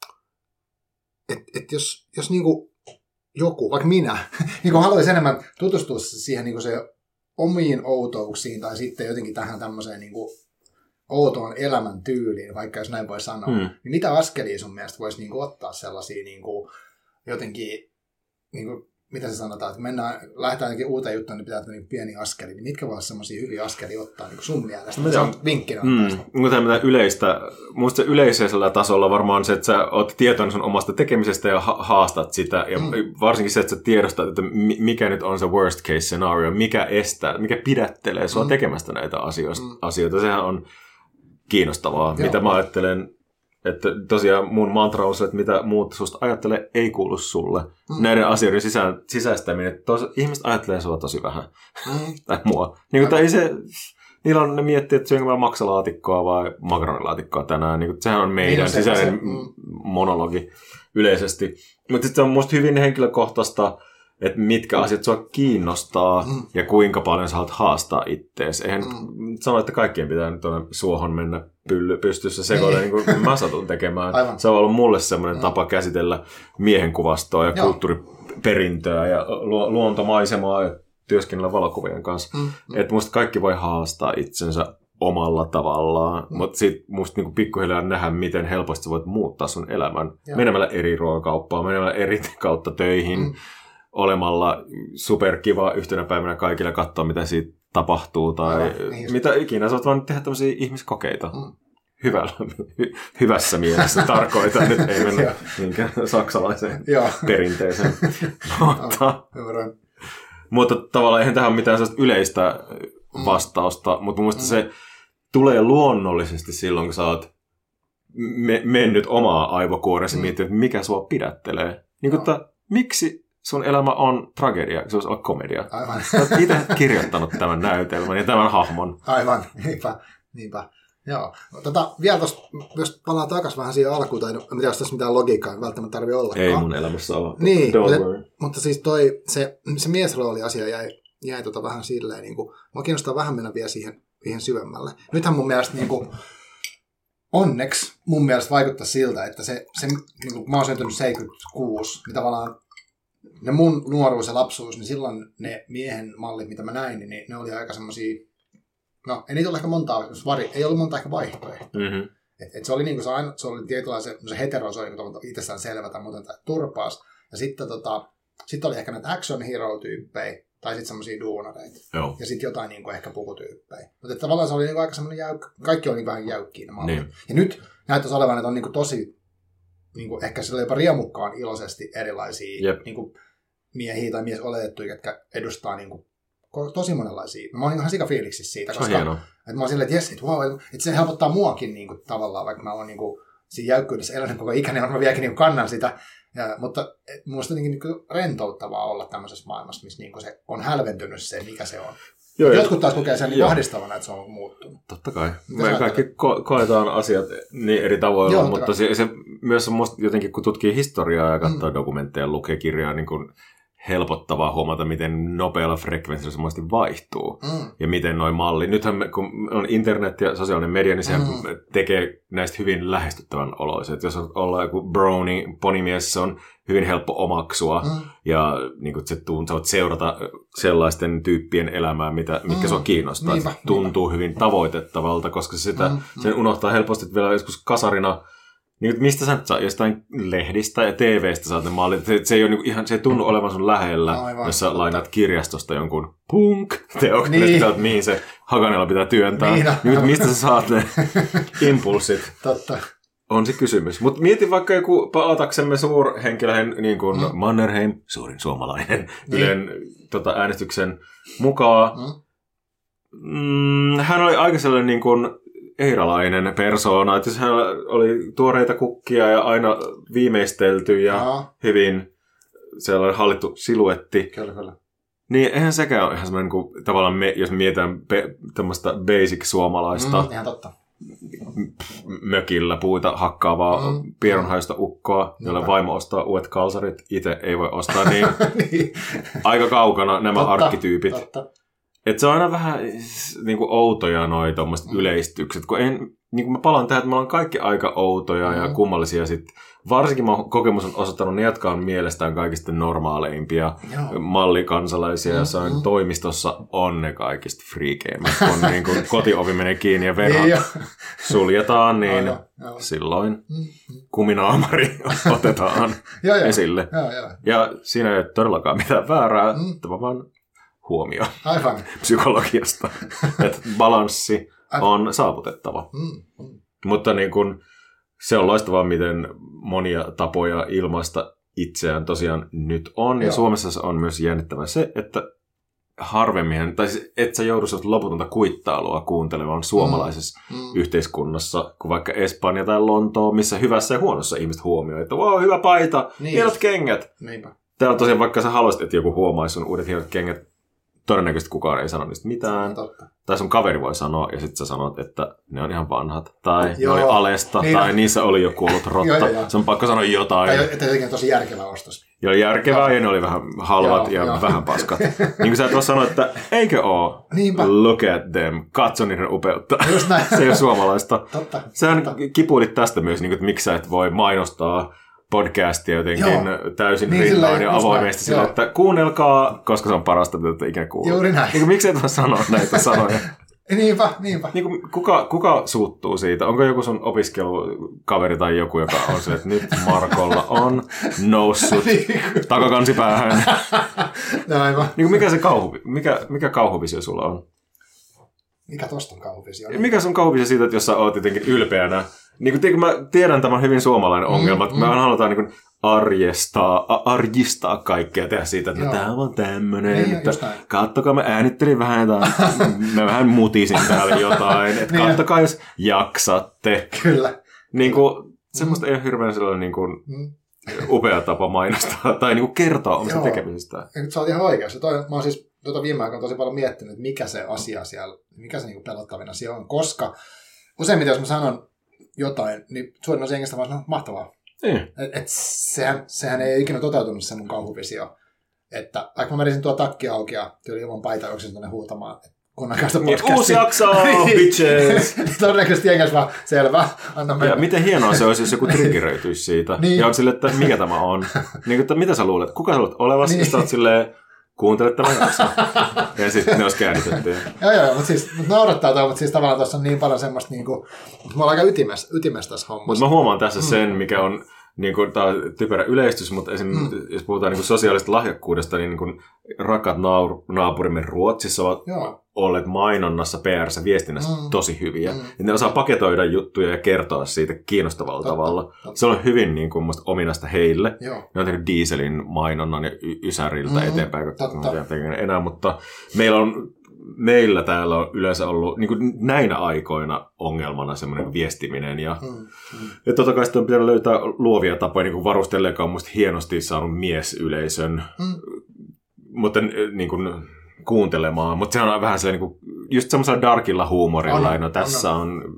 että et jos, jos niinku joku, vaikka minä, niinku haluaisi enemmän tutustua siihen niinku se omiin outouksiin tai sitten jotenkin tähän tämmöiseen niinku outoon elämäntyyliin, vaikka jos näin voi sanoa, mm. niin mitä askelia sun mielestä voisi niinku ottaa sellaisia niinku, jotenkin niinku, mitä se sanotaan, että mennään, lähdetään jotenkin uuteen juttuun, niin pitää tehdä niin pieni askeli. Niin mitkä voisivat sellaisia hyviä askelia ottaa niin sun mielestä? Se on vinkkinä. Mm, mutta mitä yleistä, minusta se yleisellä tasolla varmaan se, että sä oot tietoinen sun omasta tekemisestä ja ha- haastat sitä. Ja mm. varsinkin se, että sä tiedostat, että mikä nyt on se worst case scenario, mikä estää, mikä pidättelee sua mm. tekemästä näitä asioita. Mm. asioita. Sehän on kiinnostavaa. Joo. Mitä mä ajattelen, että tosiaan mun mantra on se, että mitä muut susta ajattelee, ei kuulu sulle. Mm. Näiden asioiden sisään, sisäistäminen, että tos, ihmiset ajattelee sua tosi vähän. Mm. tai mua. Niin kuin, se, niillä on ne miettii, että syönkö mä maksalaatikkoa vai makaronilaatikkoa tänään. Niin kuin, sehän on meidän niin, sisäinen se, mm. monologi yleisesti. Mutta sitten se on musta hyvin henkilökohtaista, että mitkä asiat sua kiinnostaa mm. ja kuinka paljon sä haluat haastaa ittees. Eihän mm. sano, että kaikkien pitää nyt tuonne suohon mennä pylly pystyssä sekoille, niin kuin mä satun tekemään. Aivan. Se on ollut mulle semmoinen mm. tapa käsitellä miehenkuvastoa ja Joo. kulttuuriperintöä ja lu- luontomaisemaa ja työskennellä valokuvien kanssa. Mm. Mm. Että musta kaikki voi haastaa itsensä omalla tavallaan, mm. mutta sitten musta niinku pikkuhiljaa nähdä, miten helposti sä voit muuttaa sun elämän. Joo. Menemällä eri ruokakauppaan, menemällä eri kautta töihin, mm. olemalla superkiva yhtenä päivänä kaikille katsoa, mitä siitä tapahtuu tai Aivan, niin mitä ikinä. Sä voit vaan tehdä tämmöisiä ihmiskokeita. Mm. Hyvällä, hy, hyvässä mielessä tarkoitan. Nyt ei mennä niinkään saksalaiseen perinteeseen. mutta, mutta tavallaan eihän tähän ole mitään sellaista yleistä vastausta, mutta mun mielestä mm. se tulee luonnollisesti silloin, kun sä oot me, mennyt omaa aivokuoresi mm. miettinyt, että mikä sua pidättelee. Niin kuin, että, miksi sun elämä on tragedia, se voisi olla komedia. Aivan. Olet itse kirjoittanut tämän näytelmän ja tämän hahmon. Aivan, niinpä, niinpä. Joo. Tota, vielä tuosta, jos palaan takaisin vähän siihen alkuun, tai en tiedä, jos tässä mitään logiikkaa ei välttämättä tarvitse ollakaan. Ei mun elämässä ole. Niin, mutta, mutta siis toi, se, se miesrooli-asia jäi, jäi tota vähän silleen, niin kuin, mua kiinnostaa vähän mennä vielä siihen, siihen syvemmälle. Nythän mun mielestä niin kuin, onneksi mun mielestä vaikuttaa siltä, että se, se niin kuin, mä oon syntynyt seitsemänkymmentäkuusi, niin tavallaan ne mun nuoruus ja lapsuus, niin silloin ne miehen mallit, mitä mä näin, niin ne oli aika semmosia, no ei niitä ole ehkä monta, ei ollut monta ehkä vaihtoehtoa. Mm-hmm. Et, et se oli niinku se aina, se oli tietynlainen se, se hetero, se oli niinku itsessään selvä tai muuten tai turpaas. Ja sitten tota, sit oli ehkä näitä action hero-tyyppejä, tai sitten semmosia duunareita. Joo. Ja sitten jotain niinku ehkä pukutyyppejä. Mutta tavallaan se oli niinku aika semmoinen jäykkä, kaikki oli niinku vähän jäykkiä nämä niin. Ja nyt näyttäisi olevan, että on niinku tosi, niinku ehkä sillä jopa riemukkaan iloisesti erilaisia yep. niinku miehiä tai miesoletettuja, jotka edustaa niinku tosi monenlaisia. Mä oon ihan sikafiiliksissä siitä, se koska että mä oon silleen, että jes, että wow, että se helpottaa muakin niin kuin, tavallaan, vaikka mä oon niin kuin, siinä jäykkyydessä elänyt koko ikäni, mä vieläkin niin kuin, kannan sitä. Ja, mutta musta on niin kuin, rentouttavaa olla tämmöisessä maailmassa, missä niin kuin, se on hälventynyt se, mikä se on. Joo, jotkut taas kokee sen niin ahdistavana, että se on muuttunut. Totta kai. Mitä me kaikki ko- koetaan asiat niin eri tavoilla, joo, mutta se, se myös on musta jotenkin, kun tutkii historiaa ja katsoo mm. dokumentteja, lukee kirjaa, niin kuin helpottavaa huomata, miten nopealla frekvenssillä se monesti vaihtuu. Mm. Ja miten noi malli. Nythän me, kun on internet ja sosiaalinen media, niin sehän mm. tekee näistä hyvin lähestyttävän oloiset. Jos ollaan joku brownie, ponimies, se on hyvin helppo omaksua. Mm. Ja niin kun se tunt, sä voit seurata sellaisten tyyppien elämää, mitä, mitkä mm. sua kiinnostaa. Niinpä, tuntuu niinpä. Hyvin tavoitettavalta, koska se sitä, mm. sen unohtaa helposti, että vielä joskus kasarina. Niin, mistä sä nyt saa? Jostain lehdistä ja T V:stä saat ne mallit. Se, se, ei ole, niin ihan, se ei tunnu olevan sun lähellä, aivan, jos sä totta. Lainat kirjastosta jonkun punk-teoksen, niin. Että mihin se Hakanella pitää työntää. Niin, no. Niin, mistä sä saat ne impulssit? Totta. On se kysymys. Mutta mieti vaikka joku palataksemme suurhenkilöihin, niin kuin mm. Mannerheim, suurin suomalainen, niin. Ylen tota, äänestyksen mukaan. Mm. Mm, hän oli aika sellainen niin kuin eiralainen persoona, että jos hän oli tuoreita kukkia ja aina viimeistelty ja Aha. hyvin sellainen hallittu siluetti, kyllä, kyllä. Niin eihän sekään ole ihan semmoinen, kuin, tavallaan me, jos mietitään be, tämmöistä basic-suomalaista mm, ihan totta. mökillä puuta hakkaavaa mm, pieronhaista ukkoa, jolle mm. vaimo ostaa uudet kalsarit, itse ei voi ostaa, niin, niin. aika kaukana nämä totta, arkkityypit. Totta. Että se on aina vähän niin kuin outoja noi tommoset mm. yleistykset, kun en, niin kuin mä palaan tähän, että me ollaan kaikki aika outoja mm. ja kummallisia sit. Varsinkin mä kokemus on osoittanut ne, jotka on mielestään kaikista normaaleimpia Joo. mallikansalaisia mm. jossain mm. toimistossa on ne kaikista friikeimmät. Kun niin kuin kotiovi menee kiinni ja verhot niin suljetaan, niin oh, jo, jo. silloin mm. kuminaamari otetaan jo, jo. esille. Jo, jo. Ja siinä ei ole todellakaan mitään väärää, mm. tämä vaan huomio Aivan. psykologiasta, että balanssi on saavutettava. Mm, mm. Mutta niin kun, se on loistavaa, miten monia tapoja ilmaista itseään tosiaan nyt on. Joo. Ja Suomessa on myös jännittävää se, että harvemmin, tai siis et sä joudu loputonta kuittailua kuuntelemaan suomalaisessa mm, mm. yhteiskunnassa, kuin vaikka Espanja tai Lontoo, missä hyvässä ja huonossa ihmiset huomioi, että wow, hyvä paita, niin. hienot kengät. Niinpä. Täällä tosiaan, vaikka sä haluaisit, että joku huomaisi sun uudet hienot kengät, todennäköisesti kukaan ei sano niistä mitään. Tai sun kaveri voi sanoa, ja sitten sä sanot, että ne on ihan vanhat. Tai Joo. ne oli Alesta, niin tai on. Niissä oli jo kuollut rotta. Joo, jo, se on pakko sanoa jotain. Tai että jotenkin tosi järkevä ostos. Ja oli järkevää, ja ne oli vähän halvat Joo, ja jo. vähän paskat. Niin kuin sä et voi sanoa, että eikö oo? Niinpä. Look at them. Katso niiden upeutta. Se ei ole suomalaista. Totta. Sähän totta. kipuilit tästä myös, niin kuin, että miksi sä et voi mainostaa podcastia jotenkin Joo. täysin niin, rinnoin ja avoimesti sillä, että kuunnelkaa, koska se on parasta, että ikinä kuuluu. Juuri näin. Niin miksi et voi sanoa näitä sanoja? niinpä, niinpä. Niin kuin, kuka, kuka suuttuu siitä? Onko joku sun opiskelukaveri tai joku, joka on se, että nyt Markolla on noussut takakansipäähän? No aivan. Niin mikä se kauhu, mikä, mikä kauhuvisio sulla on? Mikä tosta on kauhuvisio? Mikä sun kauhuvisio siitä, että jos sä oot jotenkin ylpeänä? Niin kuin, mä tiedän, tämän hyvin suomalainen ongelma, mm, että me mm. halutaan niin kuin arjestaa, arjistaa kaikkea, tehdä siitä, että no, tämä on tämmöinen, niin, että kattokaa, mä äänittelin vähän jotain, mä vähän mutisin täällä jotain, että niin, kattokaa, jos jaksatte. Kyllä. Niin kuin, semmoista mm. ei ole hirveän sellainen niin kuin, mm. upea tapa mainostaa tai niin kuin kertoa omista tekemisistä. Se on ihan oikeassa. Toi, mä oon siis tuota viime aikoina tosi paljon miettinyt, että mikä se asia siellä, mikä se niin kuin pelottavin asia on, koska useimmiten jos mä sanon jotain, niin suurin osa jengistä vaan sanoo, mahtavaa. Niin. Et, et sehän, sehän ei ikinä toteutunut se mun kauhuvisio. Että vaikka mä menisin tuo takki auki ja tyyli ilman paita yksin tuonne huutamaan, kunnankaista podcastia. Uusi jakso, bitches! Todennäköisesti jenkäs vaan, selvä, anna mennä. Ja miten hienoa se olisi, jos joku triggeröityisi siitä. niin. Ja on silleen, että mikä tämä on. Niin, että mitä sä luulet? Kuka sä olet olevassa? Niin. Ja sä oot silleen, kuuntele tämän jakson. Ja sitten ne olisi käännitetty. joo, joo, mutta siis mut naurattaa toi, mutta siis tavallaan tuossa on niin paljon semmoista, niinku, me ollaan aika ytimessä, ytimessä tässä hommassa. Mutta mä huomaan tässä mm. sen, mikä on, niin kuin, tämä on typerä yleistys, mutta esim, mm. jos puhutaan niin kuin sosiaalisesta lahjakkuudesta, niin, niin kuin rakkaat naapurimme Ruotsissa ovat Joo. olleet mainonnassa, P R:ssä, viestinnässä mm. tosi hyviä. Mm. Ja ne osaa paketoida juttuja ja kertoa siitä kiinnostavalla totta, tavalla. Totta. Se on hyvin niin kuin, musta ominaista heille. Joo. Ne on tehnyt dieselin mainonnan ja y- Ysäriltä mm. eteenpäin, enää, mutta meillä on Meillä täällä on yleensä ollut niin kuin näinä aikoina ongelmana semmoinen viestiminen. Ja, mm, mm. ja totta kai sitten on pitänyt löytää luovia tapoja, niin kuin Varustelle, joka on musta hienosti saanut miesyleisön, mm. mutta niin kuin, kuuntelemaan. Mutta se on vähän sellainen, niin kuin, just semmoisella darkilla huumorilla. On, no, tässä on, on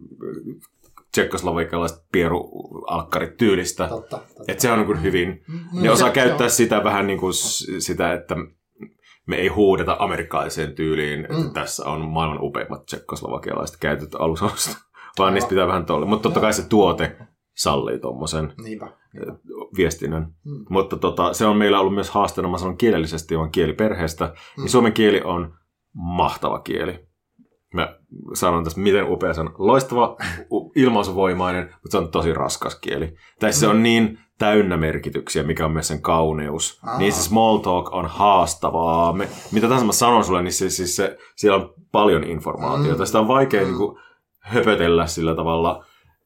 tsekkoslovakialaiset pierualkkarit tyylistä. Totta, totta. Että se on niin kuin hyvin. Mm, ne osaa se, käyttää se sitä vähän niin kuin sitä, että me ei huudeta amerikkalaiseen tyyliin, että mm. tässä on maailman upeimmat tsekkoslovakialaiset käytöt alusosta, vaan niistä pitää vähän tolle. Mutta totta kai se tuote sallii tuommoisen viestinnän. Mm. Mutta tota, se on meillä ollut myös haasteena, mä sanon kielellisesti, vaan kieliperheestä. Mm. Niin suomen kieli on mahtava kieli. Mä sanon tässä, miten upea se on. Loistava, ilmaisuvoimainen, mutta se on tosi raskas kieli. Tai mm. se on niin täynnä merkityksiä, mikä on myös sen kauneus. Aha. Niin se small talk on haastavaa. Me, mitä tahansa mä sanon sulle, niin se, siis se, siellä on paljon informaatiota. Mm. Sitä on vaikea mm. niin kuin, höpötellä sillä tavalla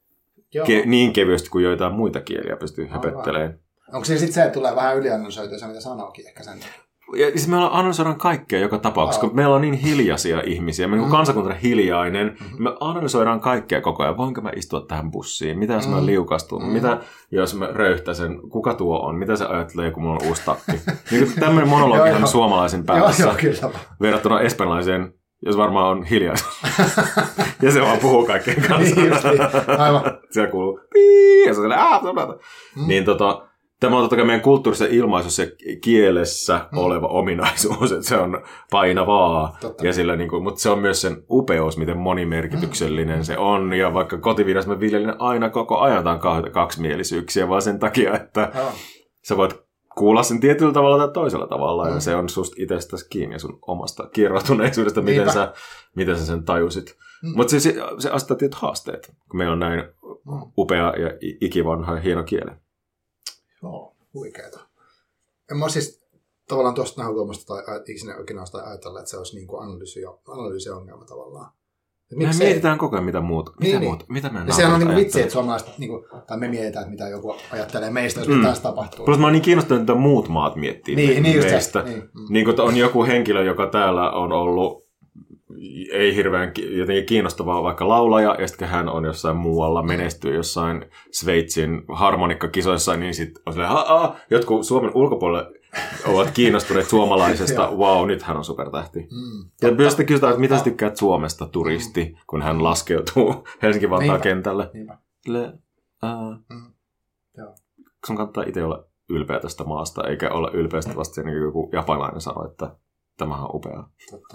ke, niin kevyesti kuin joitain muita kieliä pystyy höpöttelemään. Onko se sitten se, että tulee vähän ylianalysoitua se, mitä sanookin ehkä sen? Ja siis me analysoidaan kaikkea joka tapauksessa, kun meillä on niin hiljaisia ihmisiä. Me mm. kansakunta hiljainen, mm-hmm. me analysoidaan kaikkea koko ajan. Voinko mä istua tähän bussiin? Mitä jos mm. mä liukastun? Mm. Mitä jos mä röyhtäsen? Kuka tuo on? Mitä se ajattelee, kun mulla on uusi takki? Niin tämmöinen monologi on suomalaisen päässä verrattuna espanjalaiseen, jos varmaan on hiljaisuus. Ja se vaan puhuu kaikkien kanssa. Niin, aivan. Siellä kuuluu pii, ja se on aah, mm. Niin tota... Tämä on totta kai meidän kulttuurissa ilmaisussa ja kielessä mm. oleva ominaisuus, että se on painavaa. Ja sillä, niin kuin, mutta se on myös sen upeus, miten monimerkityksellinen mm. se on. Ja vaikka kotiviidassa mä viljelen aina koko ajan kaksimielisyyksiä, vaan sen takia, että oh. sä voit kuulla sen tietyllä tavalla tai toisella tavalla. Mm. Ja se on susta itsestäsi kiinni sun omasta kierroutuneisuudesta, miten sä, miten sä sen tajusit. Mm. Mutta se, se, se asettaa tietyt haasteet, kun meillä on näin mm. upea ja ikivanha ja hieno kieli. Joo, huikeeta. En mä siis tavallaan tuosta näkökulmasta tai ikinä oikein ajatella, että se olisi niin kuin analyysi, analyysiongelma tavallaan. Me mietitään koko ajan mitä muuta. Mitä niin, muuta? Mitä me ja sehän on niin vitsi, että suomalaiset, niin kuin, tai me mietitään, että mitä joku ajattelee meistä, jos mm. mitä tässä tapahtuu. Plus mä oon niin kiinnostunut, että muut maat miettii niin, niin meistä. Niin, mm. niin kuin on joku henkilö, joka täällä on ollut ei hirveän jotenkin kiinnostavaa vaikka laulaja, ja sitten hän on jossain muualla, menestyy jossain Sveitsin harmonikkakisoissa, niin sitten on silleen, aa, jotkut Suomen ulkopuolelle ovat kiinnostuneet suomalaisesta, wow, nyt hän on supertähti. Mm, ja myös sitten kysytään, että mitä sä tykkäät Suomesta, turisti, mm. kun hän laskeutuu Helsinki-Vantaan kentälle. Le, uh, mm. Sun kannattaa itse olla ylpeä tästä maasta, eikä olla ylpeästi vasta niin kuin joku japanilainen sanoo, että tämähän on upeaa. Totta.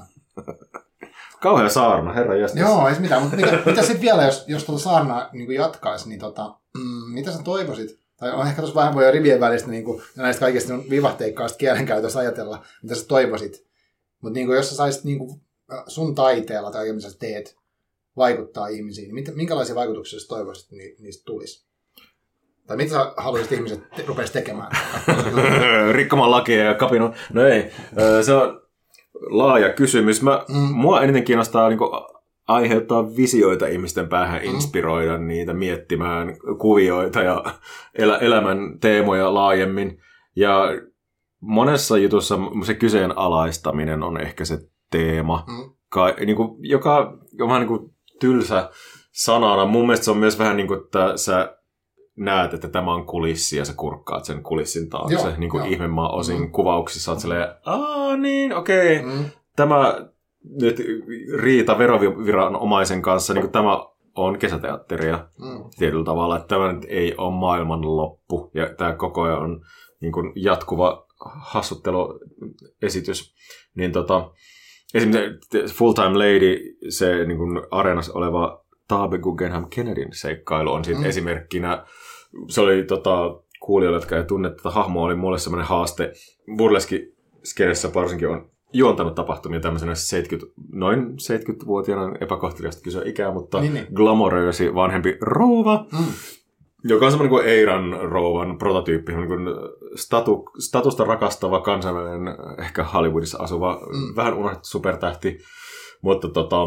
Kauhea saarna, herra jästäs. Joo, ei mitään, mutta mitä, mitä sitten vielä, jos, jos tuota saarnaa niin jatkaisi, niin tota, mm, mitä sä toivoisit? Tai on ehkä tuossa vähän voi jo rivien välistä niin kuin, ja näistä kaikista vivahteikkaista kielenkäytössä ajatella, mitä sä toivoisit. Mutta niin jos sä saisit niin kuin, sun taiteella tai mitä sä teet vaikuttaa ihmisiin, niin minkälaisia vaikutuksia sä toivoisit, että ni, niistä tulisi? Tai mitä sä haluaisit ihmiset te, rupesi tekemään? Rikkomaan lakia ja kapinoon. No ei, se on laaja kysymys. Mä, mm. Mua eniten kiinnostaa niin kuin, aiheuttaa visioita ihmisten päähän, mm. inspiroida niitä miettimään kuvioita ja elä, elämän teemoja laajemmin. Ja monessa jutussa se kyseenalaistaminen on ehkä se teema, mm. Ka, niin kuin, joka on vähän niin kuin tylsä sanana. Mun mielestä se on myös vähän niin kuin, että sä näet, että tämä on kulissi ja sä kurkkaat sen kulissin taakse. Joo, niin kuin ihmemaa osin mm. kuvauksissa oot silleen, aah niin, okei, okay. mm. tämä nyt riita veroviranomaisen kanssa, niin kuin tämä on kesäteatteria mm. tietyllä tavalla, että tämä nyt ei ole maailman loppu ja tämä koko ajan on niin kuin jatkuva hassutteluesitys. Niin tota, esimerkiksi Full Time Lady, se niin kuin areenassa oleva Tabe Guggenheim Kennedyn seikkailu on siitä mm. esimerkkinä. Se oli tota, kuulijoille, jotka ei tunne tätä hahmoa, oli mulle semmoinen haaste. Burleski-skenessä varsinkin on juontanut tapahtumia tämmöisenä seitsemänkymmentä, noin seitsemänkymmentävuotiaana epäkohteliasta kysyä ikää, mutta niin, niin. glamoröösi vanhempi rouva, mm. joka on semmoinen kuin Eiran rouvan prototyyppi, niin kuin statu, statusta rakastava kansainvälinen, ehkä Hollywoodissa asuva, mm. vähän unohdettu supertähti, mutta tota,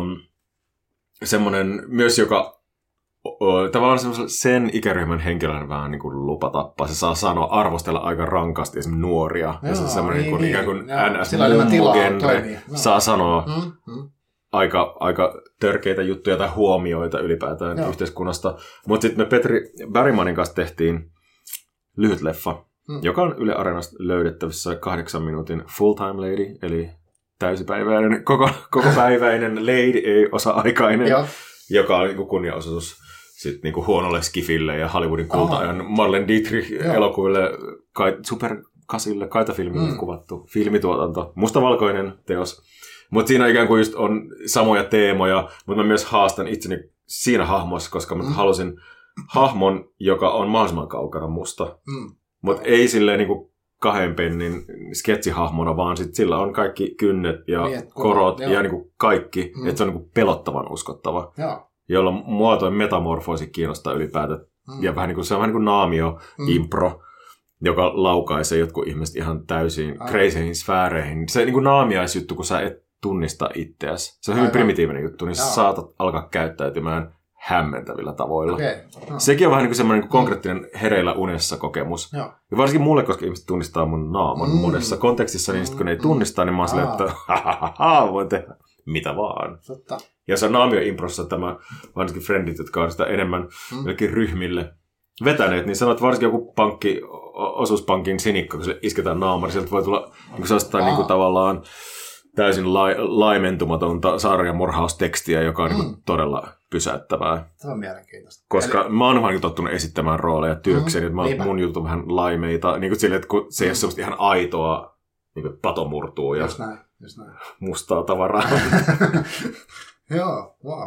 semmoinen myös, joka o, tavallaan sen ikäryhmän henkilön vähän niin kuin lupa tappaa. Se saa sanoa, arvostella aika rankasti esimerkiksi nuoria. Joo, ja se semmoinen niin, niin, ikään kuin N S-mummo-genre saa sanoa mm, mm. aika, aika törkeitä juttuja tai huomioita ylipäätään Joo. yhteiskunnasta. Mutta sitten me Petri Bergmanin kanssa tehtiin lyhyt leffa, mm. joka on Yle Areenasta löydettävissä kahdeksan minuutin Full Time Lady, eli täysipäiväinen, koko, koko päiväinen lady, ei osa-aikainen, joka on niin kunniaosoitus sitten niin kuin huonolle skifille ja Hollywoodin kulta-ajan Marlene Dietrich-elokuville, superkasille, kaitafilmille mm. kuvattu filmituotanto. Mustavalkoinen teos. Mutta siinä ikään kuin just on samoja teemoja, mutta mä myös haastan itseni siinä hahmossa, koska mä mm. halusin hahmon, joka on mahdollisimman kaukana musta. Mm. Mutta ei silleen niin kuin kahden pennin sketsihahmona, vaan sit sillä on kaikki kynnet ja niin, korot joo. ja niin kuin kaikki, mm. että se on niin kuin pelottavan uskottava. Joo. Jolloin muotoin metamorfoosi kiinnostaa ylipäätään. Mm. Ja vähän niin kuin, se on vähän niin kuin naamio-impro, mm. joka laukaisee jotkut ihmiset ihan täysin crazyihin sfääreihin. Se niin kuin naamiaisjuttu, kun sä et tunnista itseäsi. Se on hyvin Aivan. primitiivinen juttu, niin Joo. sä saatat alkaa käyttäytymään hämmentävillä tavoilla. Okay. No. Sekin on vähän niin kuin semmoinen niin kuin konkreettinen hereillä unessa kokemus. Joo. Ja varsinkin mulle, koska ihmiset tunnistaa mun naaman mm. monessa kontekstissa, niin sitten kun ne ei tunnista, niin mä oon silleen, että hahaha, voin tehdä mitä vaan. Totta. Ja se on naamio-improssa tämä, varsinkin friendit, jotka on sitä enemmän mm. jokin ryhmille vetäneet, niin sanot varsinkin joku pankki, osuuspankin sinikka, kun se isketään naama, niin sieltä voi tulla niin sellaista niin kuin tavallaan täysin la- laimentumatonta sarjamurhaustekstiä, joka on mm. niin todella pysäyttävää. Tämä on mielenkiintoista. Koska Eli... mä oon vähän tottunut esittämään rooleja työkseen, mm. että mun jutut on vähän laimeita, niin kuin silleen, että kun se ei mm. ole semmoista ihan aitoa, niin kuin pato murtuu ja just näin, just näin. mustaa tavaraa. Joo, wow.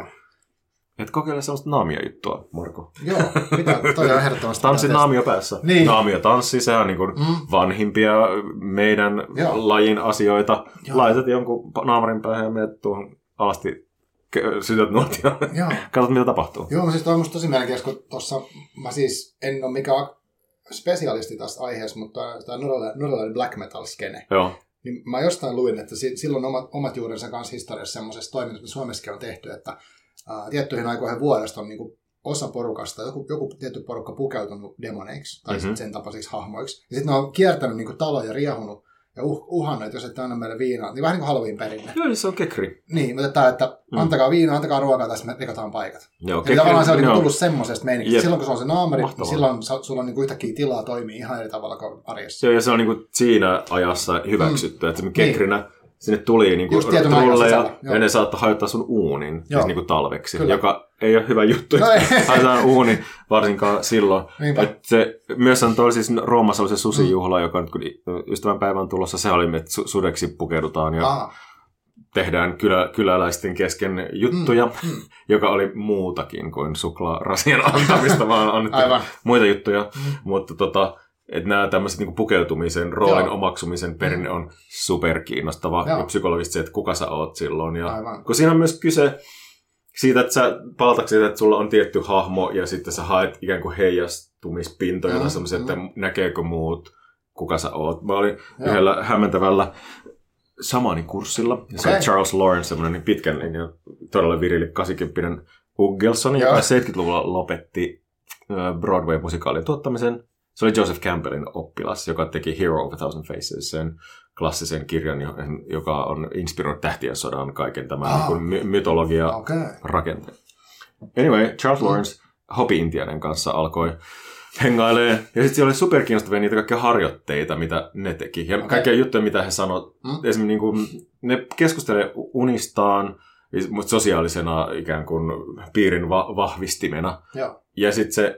Et kokeile sellaista naamio-juttua, Marko. Joo, mitä? Toi on ehdottomasti. Tanssi naamio päässä. Niin. Naamio-tanssi, se on niin kuin mm. vanhimpia meidän Joo. lajin asioita. Joo. Laitat jonkun naamarin päähän ja menet tuohon alasti, sytyt nuotioon. Katsot, mitä tapahtuu. Joo, siis toi on musta tosi mielenkiintoista, kun tuossa mä siis en ole mikään spesialisti tästä aiheesta, mutta tämä norjalainen black metal-skene. Joo. Niin mä jostain luin, että silloin omat, omat juurensa kanssa historiassa semmoisessa toiminnassa, mitä Suomessakin on tehty, että ää, tiettyihin aikoihin vuodesta on niinku osa porukasta, joku, joku tietty porukka pukeutunut demoneiksi tai mm-hmm. sen tapaisiksi hahmoiksi. Ja sitten ne on kiertänyt niinku taloja, riehunut ja uh, uhannut, että jos ette anna meille viinaa, niin vähän niin kuin Halloween perinne. Joo, se on kekri. Niin, mutta että, että mm. antakaa viinaa, antakaa ruokaa, tai me rikotaan paikat. Joo, kekri, tavallaan se on niin tullut semmoisesta meininkiä. Silloin kun se on se naamari, niin silloin sulla on niin yhtäkkiä tilaa toimii ihan eri tavalla kuin arjessa. Joo, ja se on niin kuin siinä ajassa hyväksytty, mm. että kekrinä niin. Sinne tuli niin kuin trulleja, ja ne saattaa hajottaa sun uunin siis niin kuin talveksi, Kyllä. joka ei ole hyvä juttu, no että hajotetaan uuni, varsinkaan silloin. Se, myös on tuolla siis Roomassa oli se susijuhla, mm. joka nyt kun ystävänpäivän tulossa, se oli, että sudeksi pukeudutaan ja Aha. tehdään kylä, kyläläisten kesken juttuja, mm. Mm. joka oli muutakin kuin suklaarasien antamista, vaan annettiin muita juttuja, mm. mutta tota... Että nämä tämmöiset niin pukeutumisen, roolin Joo. omaksumisen perinne on superkiinnostava Joo. ja psykologisesti se, että kuka sä oot silloin. Ja kun siinä on myös kyse siitä, että sä palataksä siitä, että sulla on tietty hahmo ja sitten sä haet ikään kuin heijastumispintoja mm, tai semmoisia, mm. että näkeekö muut, kuka sä oot. Mä olin Joo. yhdellä hämmentävällä samanikurssilla, ja se okay. on Charles Lawrence, semmoinen pitkän linjan, todella virili kahdeksankymppinen Uggelson, joka seitsemänkymmentäluvulla lopetti Broadway-musikaalin tuottamisen. Se oli Joseph Campbellin oppilas, joka teki Hero of a Thousand Faces, sen klassisen kirjan, joka on inspiroinut Tähtien sodan kaiken tämän oh. my- mytologia okay. rakenteen. Anyway, Charles Lawrence mm. Hopi-Intianen kanssa alkoi hengailee. Ja sitten siellä oli superkiinnostavia niitä kaikkia harjoitteita, mitä ne teki. Ja okay. kaikkia juttuja, mitä he sanoivat. Mm. Esimerkiksi niin kuin, ne keskustelee unistaan, mutta sosiaalisena ikään kuin piirin va- vahvistimena. Joo. Ja sitten se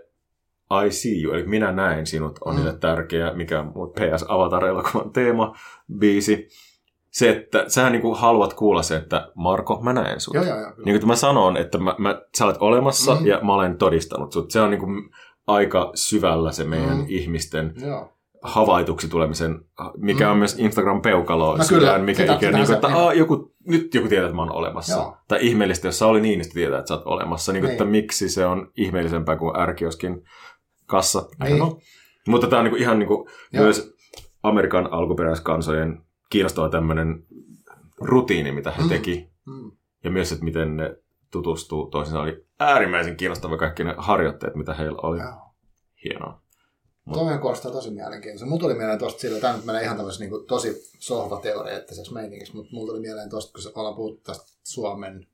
I see you, eli minä näen sinut, on mm. niille tärkeä, mikä on P S Avatar-elokuvan teema, biisi. Se, että sä niin kuin haluat kuulla se, että Marko, mä näen sut. Joo, joo, joo. Niin kuin mä sanon, että mä, mä, sä olet olemassa mm. ja mä olen todistanut sut. Se on niin kuin aika syvällä se meidän mm. ihmisten joo. havaituksi tulemisen, mikä mm. on myös Instagram-peukalo. No kyllä, mikä ikään, niin kuin, että aa, joku, nyt joku tietää, että mä oon olemassa. Joo. Tai ihmeellistä, jos Sauli Niinistö tietää, että sä oot olemassa. Niin kuin, että miksi se on ihmeellisempää kuin R-kioskin kassa. No. Mutta tää on niin kuin, ihan niin kuin, myös Amerikan alkuperäiskansojen kiinnostava tämmöinen rutiini, mitä he teki. Mm. Mm. Ja myös, että miten ne tutustuu toisinaan. Oli äärimmäisen kiinnostava kaikki ne harjoitteet, mitä heillä oli. Joo. Hienoa. Toinen kuulostaa tosi mielenkiintoista. Mulla tuli mieleen tosta sillä, tämä nyt menee ihan tämmöisessä niin kuin, tosi sohvateoreettisessa meiningissä, mutta mulla tuli mieleen tosta, kun ollaan puhuttu tästä Suomen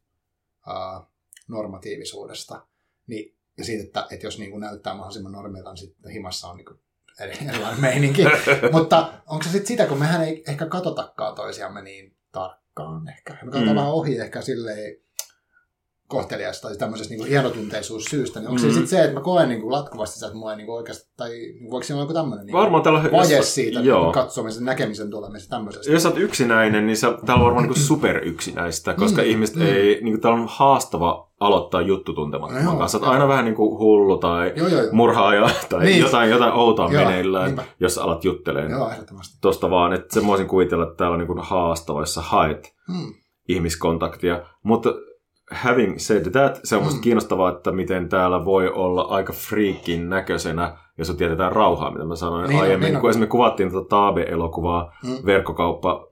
uh, normatiivisuudesta, niin, ja siitä, että, että jos niin kuin näyttää mahdollisimman normilta, niin sitten himassa on niin kuin erilainen meininki. Mutta onko se sitten sitä, kun mehän ei ehkä katsotakaan toisiamme niin tarkkaan ehkä. Me katsotaan mm. vähän ohi ehkä silleen kohteliaista tai tämmöisestä niin hienotunteisuus syystä, niin onko mm. se sitten se, että mä koen niin kuin latkuvasti, että mua ei niin kuin oikeasti, tai voiko siinä olla joku tämmöinen niin vaje jos, siitä niin katsomisen, näkemisen tulemisen tämmöisestä? Jos sä oot yksinäinen, niin sä, täällä on varmaan niin kuin superyksinäistä, koska mm. ihmiset mm. ei, niin kuin täällä on haastava aloittaa juttu tuntemattoman no kanssa. Sä oot aina vähän niin kuin hullu tai joo, joo, joo. murhaaja tai niin. jotain, jotain outoa joo, meneillään, niinpä. Jos sä alat juttelemaan. Joo, ehdottomasti. Tosta vaan, että sen voisin kuvitella, että täällä on niin kuin haastava, jos sä haet mm. ihmiskontaktia, mutta having said that, se on musta mm. kiinnostavaa, että miten täällä voi olla aika freakin näköisenä, jos on tietetään rauhaa, mitä mä sanoin niin aiemmin. Niin kun esimerkiksi kuvattiin tuota Taabe-elokuvaa, mm. verkkokauppa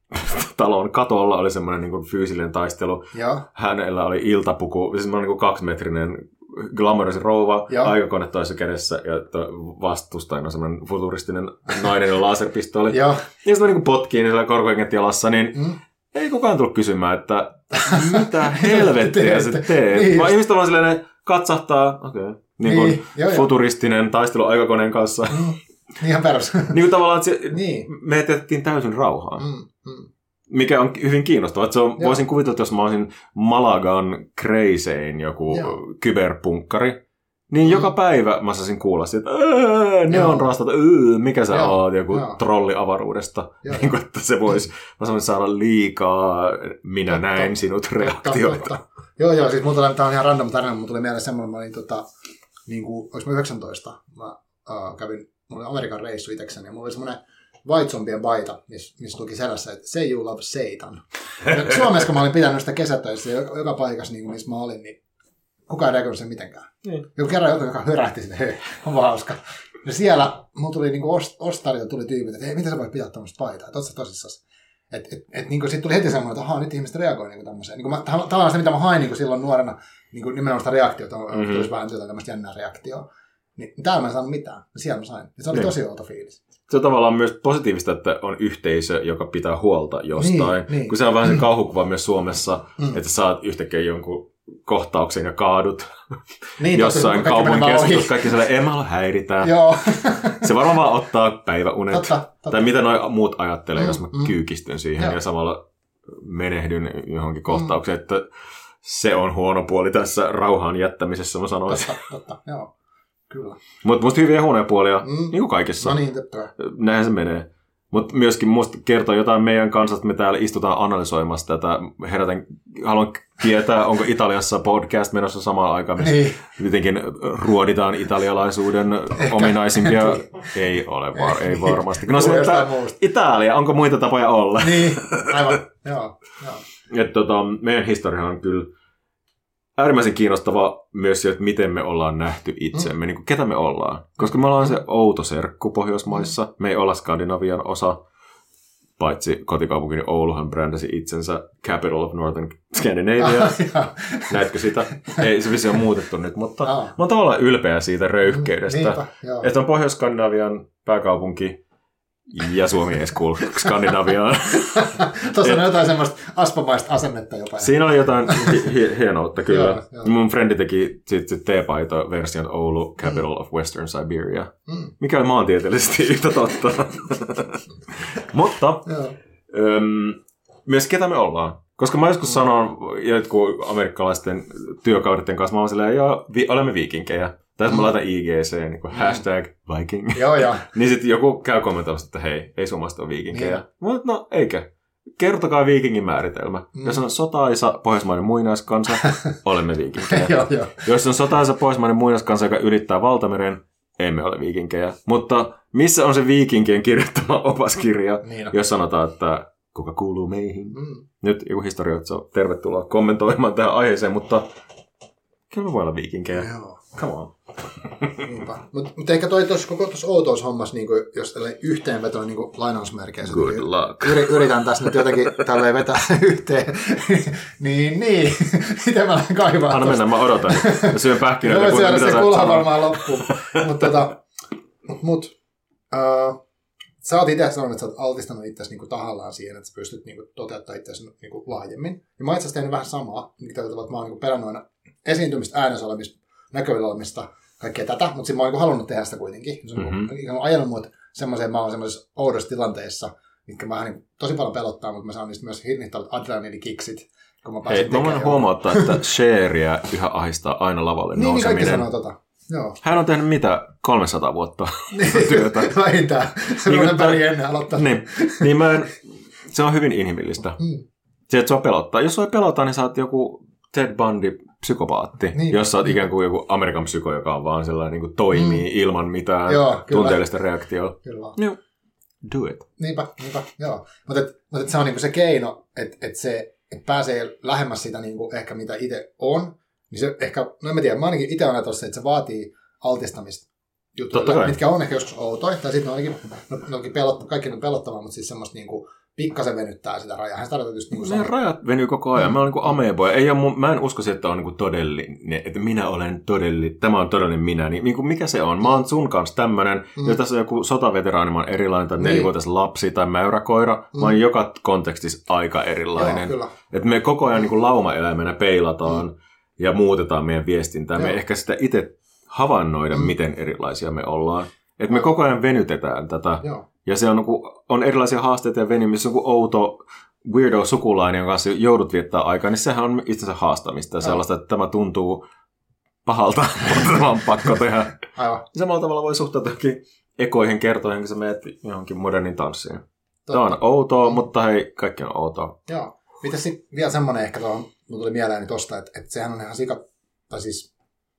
talon katolla oli semmoinen niin kuin fyysinen taistelu. Ja. Hänellä oli iltapuku, siis semmoinen niin kuin kaksimetrinen glamorous rouva, ja. Aikakone toisessa kädessä ja vastustajana semmoinen futuristinen nainen ja laserpistooli. Ja, ja sitten mä niin potkii niin korkoinget jalassa, niin mm. ei kukaan tullut kysymään, että mitä helvettiä sä teet. Niin vaan ihmiset on vaan silleen, katsahtaa, okei, okay. niin kuin niin, joo, futuristinen taistelu aikakoneen kanssa. Mm. Ihan perus. niin kuin tavallaan, että se, niin. me jätettiin täysin rauhaan. Mm, mm. Mikä on hyvin kiinnostavaa. Se on, voisin kuvitella, että jos mä olisin Malagan Crazein joku joo. kyberpunkkari, niin mm. joka päivä mä saisin kuulla siitä, että ne on rastat, mikä sä joo. oot, joku joo. trolli avaruudesta. Niin kuin, että se voisi, mä sanoin saada liikaa, minä totta. Näen sinut reaktioita. Totta, totta. Joo, joo, siis mulla tuli ihan random tarina, mutta tuli mieleen semmoinen, mä olin tota, niin kuin, olis mä yhdeksäntoista, mä uh, kävin, mulla oli Amerikan reissu itsekseni, ja mulla oli semmoinen White Zombien paita, missä miss luki selässä, että say you love Satan. Ja Suomessa, kun mä olin pitänyt sitä kesätöissä, joka, joka paikassa, niin missä mä olin, niin kukaan ei reagoinut sen mitenkään. Mm. Joku kerran joku, joka hörähti sinne, hei, on hauska. Ja siellä mulla tuli niin ostarilla tuli tyypit, että hei, miten sä voit pitää tämmöistä paitaa, että oot sä tosissas. Että et, et, niin sitten tuli heti semmoinen, että ahaa, nyt ihmiset reagoi niin tämmöiseen. Niin mä, tavallaan sitä, mitä mä hain niin silloin nuorena, niin nimenomaan sitä reaktiota, mm-hmm. tulisi vähän jotain tämmöistä jännää reaktioa. Niin täällä mä en saanut mitään, ja siellä mä sain. Ja se oli niin. tosi outo fiilis. Se on tavallaan myös positiivista, että on yhteisö, joka pitää huolta jostain. Niin, niin. Kun se on vähän se kauhukuva myös Suomessa, mm. että saat yhtäkkiä jonkun kohtauksen ja kaadut niin, jossain kaupunkikeskuksessa. Kaikki sellainen, ei mä halua häiritä. Joo. Se varmaan vaan ottaa päiväunet. Totta, totta. Tai mitä noi muut ajattelee, mm, jos mä mm. kyykistyn siihen Joo. ja samalla menehdyn johonkin kohtaukseen. Mm. Että se on huono puoli tässä rauhaan jättämisessä, mä sanoisin. Totta, totta, joo. Kyllä. Mutta musta hyviä huonoja puolia, mm. niin kuin kaikissa. No niin, totta. Näinhän se menee. Mutta myöskin musta kertoo jotain meidän kanssa, että me täällä istutaan analysoimassa tätä. Herätän, haluan tietää, onko Italiassa podcast menossa samaan aikaan, missä niin. jotenkin ruoditaan italialaisuuden ehkä. Ominaisimpia. Ei ole, var, ei varmasti. No se, että Italia, onko muita tapoja olla? Niin, aivan, joo. joo. Et, tota, meidän historia on kyllä äärimmäisen kiinnostava myös se, että miten me ollaan nähty itsemme, mm. niin kuin ketä me ollaan. Koska me ollaan se outo serkku Pohjoismaissa, me ei olla Skandinavian osa, paitsi kotikaupunkini Ouluhan brändäsi itsensä Capital of Northern Scandinavia. Ah, näetkö sitä? Ei, se vissi on muutettu nyt, mutta ah. mä oon tavallaan ylpeä siitä röyhkeydestä. Niinpä, että on Pohjois-Skandinavian pääkaupunki, Ja Suomi ei kuulu Skandinaviaan. Tuossa on jotain semmoista aspamaista asennetta jopa. Siinä oli jotain hi- hienoutta, kyllä. Joo, joo. Mun frendi teki sitten T-paito-version Oulu, Capital mm. of Western Siberia, mm. mikä on maantieteellisesti yhtä totta. Mutta öm, myös ketä me ollaan. Koska mä joskus mm. sanon jotkut amerikkalaisten työkaudeten kanssa, mä oon silleen, joo, vi- olemme viikinkejä. Tai jos mä laitan I G C, niin kuin hashtag Viking, joo, joo. niin sitten joku käy kommentoimassa, että hei, ei suomalaista ole viikinkejä. Mutta no, eikö? Kertokaa viikingin määritelmä. Mm. Jos on sotaisa pohjoismainen muinaiskansa, olemme viikinkejä. joo, joo. Jos on sotaisa pohjoismainen muinaiskansa, joka ylittää valtameren, emme ole viikinkejä. Mutta missä on se viikinkien kirjoittama opaskirja, niin jos sanotaan, että kuka kuuluu meihin? Mm. Nyt joku historioitsija, tervetuloa kommentoimaan tähän aiheeseen, mutta kyllä me voi olla viikinkejä. Joo. Come on. Mutta mut ehkä toi tuossa koko tuossa outous-hommassa, niin jos yhteenvetona niin lainausmerkeissä, good luck. Yritän tässä nyt jotenkin tälleen vetää yhteen. niin, niin. Miten mä lähden kaivaa Anna mennä, mä odotan. Mä syön pähkinöitä. Mä syödä se kulha varmaan loppuun. Mutta tota, mut, uh, sä oot itse sanonut, että sä oot altistanut itseäsi niinku tahallaan siihen, että sä pystyt niinku toteuttamaan itseäsi niinku laajemmin. Ja mä oon itse asiassa tehnyt vähän samaa, mitä mä oon niinku pelannut aina esiintymistä, äänessä olemista, näköillä olemista, kaikkea tätä, mutta sitten mä oon niinku halunnut tehdä sitä kuitenkin. Se on mm-hmm. ajanut mut semmoiseen, mä oon semmoisessa oudossa tilanteessa, mitkä mä niin, tosi paljon pelottaa, mutta mä saan niistä myös hirnittävät adrenalinikiksit, kun mä pääsen tekemään. Hei, mä voin huomauttaa, että Sheria yhä ahistaa aina lavalle niin, nouseminen. Niin, kaikki sanoo tota. Joo. Hän on tehnyt mitä? kolmesataa vuotta työtä. Vähintään. Sellainen väri ennen aloittaa. Niin, niin mä en, se on hyvin inhimillistä. Mm. Se, että sua pelottaa. Jos sua pelottaa, niin sä oot joku Ted Bundy psykopaatti, niin, jos sä oot ikään kuin joku Amerikan psyko, joka on vaan sellainen niin kuin toimii mm. ilman mitään joo, tunteellista reaktiota. Kyllä. No, do it. Niinpä, niinpä, joo. Mutta mut se on niinku se keino, että et se et pääsee lähemmäs sitä niinku ehkä mitä itse on. Niin se ehkä, no en mä tiedä, mä ainakin itse olen tuossa, että se vaatii altistamista juttuja, mitkä on ehkä joskus outoja. Tai sitten ne onkin pelottavaa, kaikki on pelottavaa, mutta siis semmoista niinku pikkasen venyttää sitä rajaa. Se tarkoittaa just niin kuin ne rajat venyy koko ajan. Mm. Mä oon niin ameboja. Ei ole mun, mä en usko, että on niin todellinen, että minä olen todellinen, tämä on todellinen minä. Niin, niin kuin mikä se on? Mä oon sun kanssa tämmönen, mm. jos tässä on joku sotaveteraani, mä oon erilainen, tai niin. nelivuotias lapsi tai mäyräkoira. Mm. Mä oon joka kontekstissa aika erilainen. Joo, että me koko ajan niin kuin laumaeläimenä peilataan mm. ja muutetaan meidän viestintää. Joo. Me ehkä sitä itse havainnoida, mm. miten erilaisia me ollaan. Että me koko ajan venytetään tätä. Joo. Ja se on, on erilaisia haasteita ja venymistä. Joku outo weirdo-sukulainen, jonka kanssa joudut viettää aikaa, niin sehän on itsensä haastamista. Ja sellaista, että tämä tuntuu pahalta, mutta tämä on pakko tehdä. Aivan. Samalla tavalla voi suhtautua ekoihin kertoihin, kun sä menet johonkin modernin tanssiin. Totta. Tämä on outoa, mutta hei, kaikki on outoa. Joo. Mitäs sitten vielä semmoinen ehkä tuohon, mun tuli mieleeni tosta, että, että sehän on ihan sika, tai siis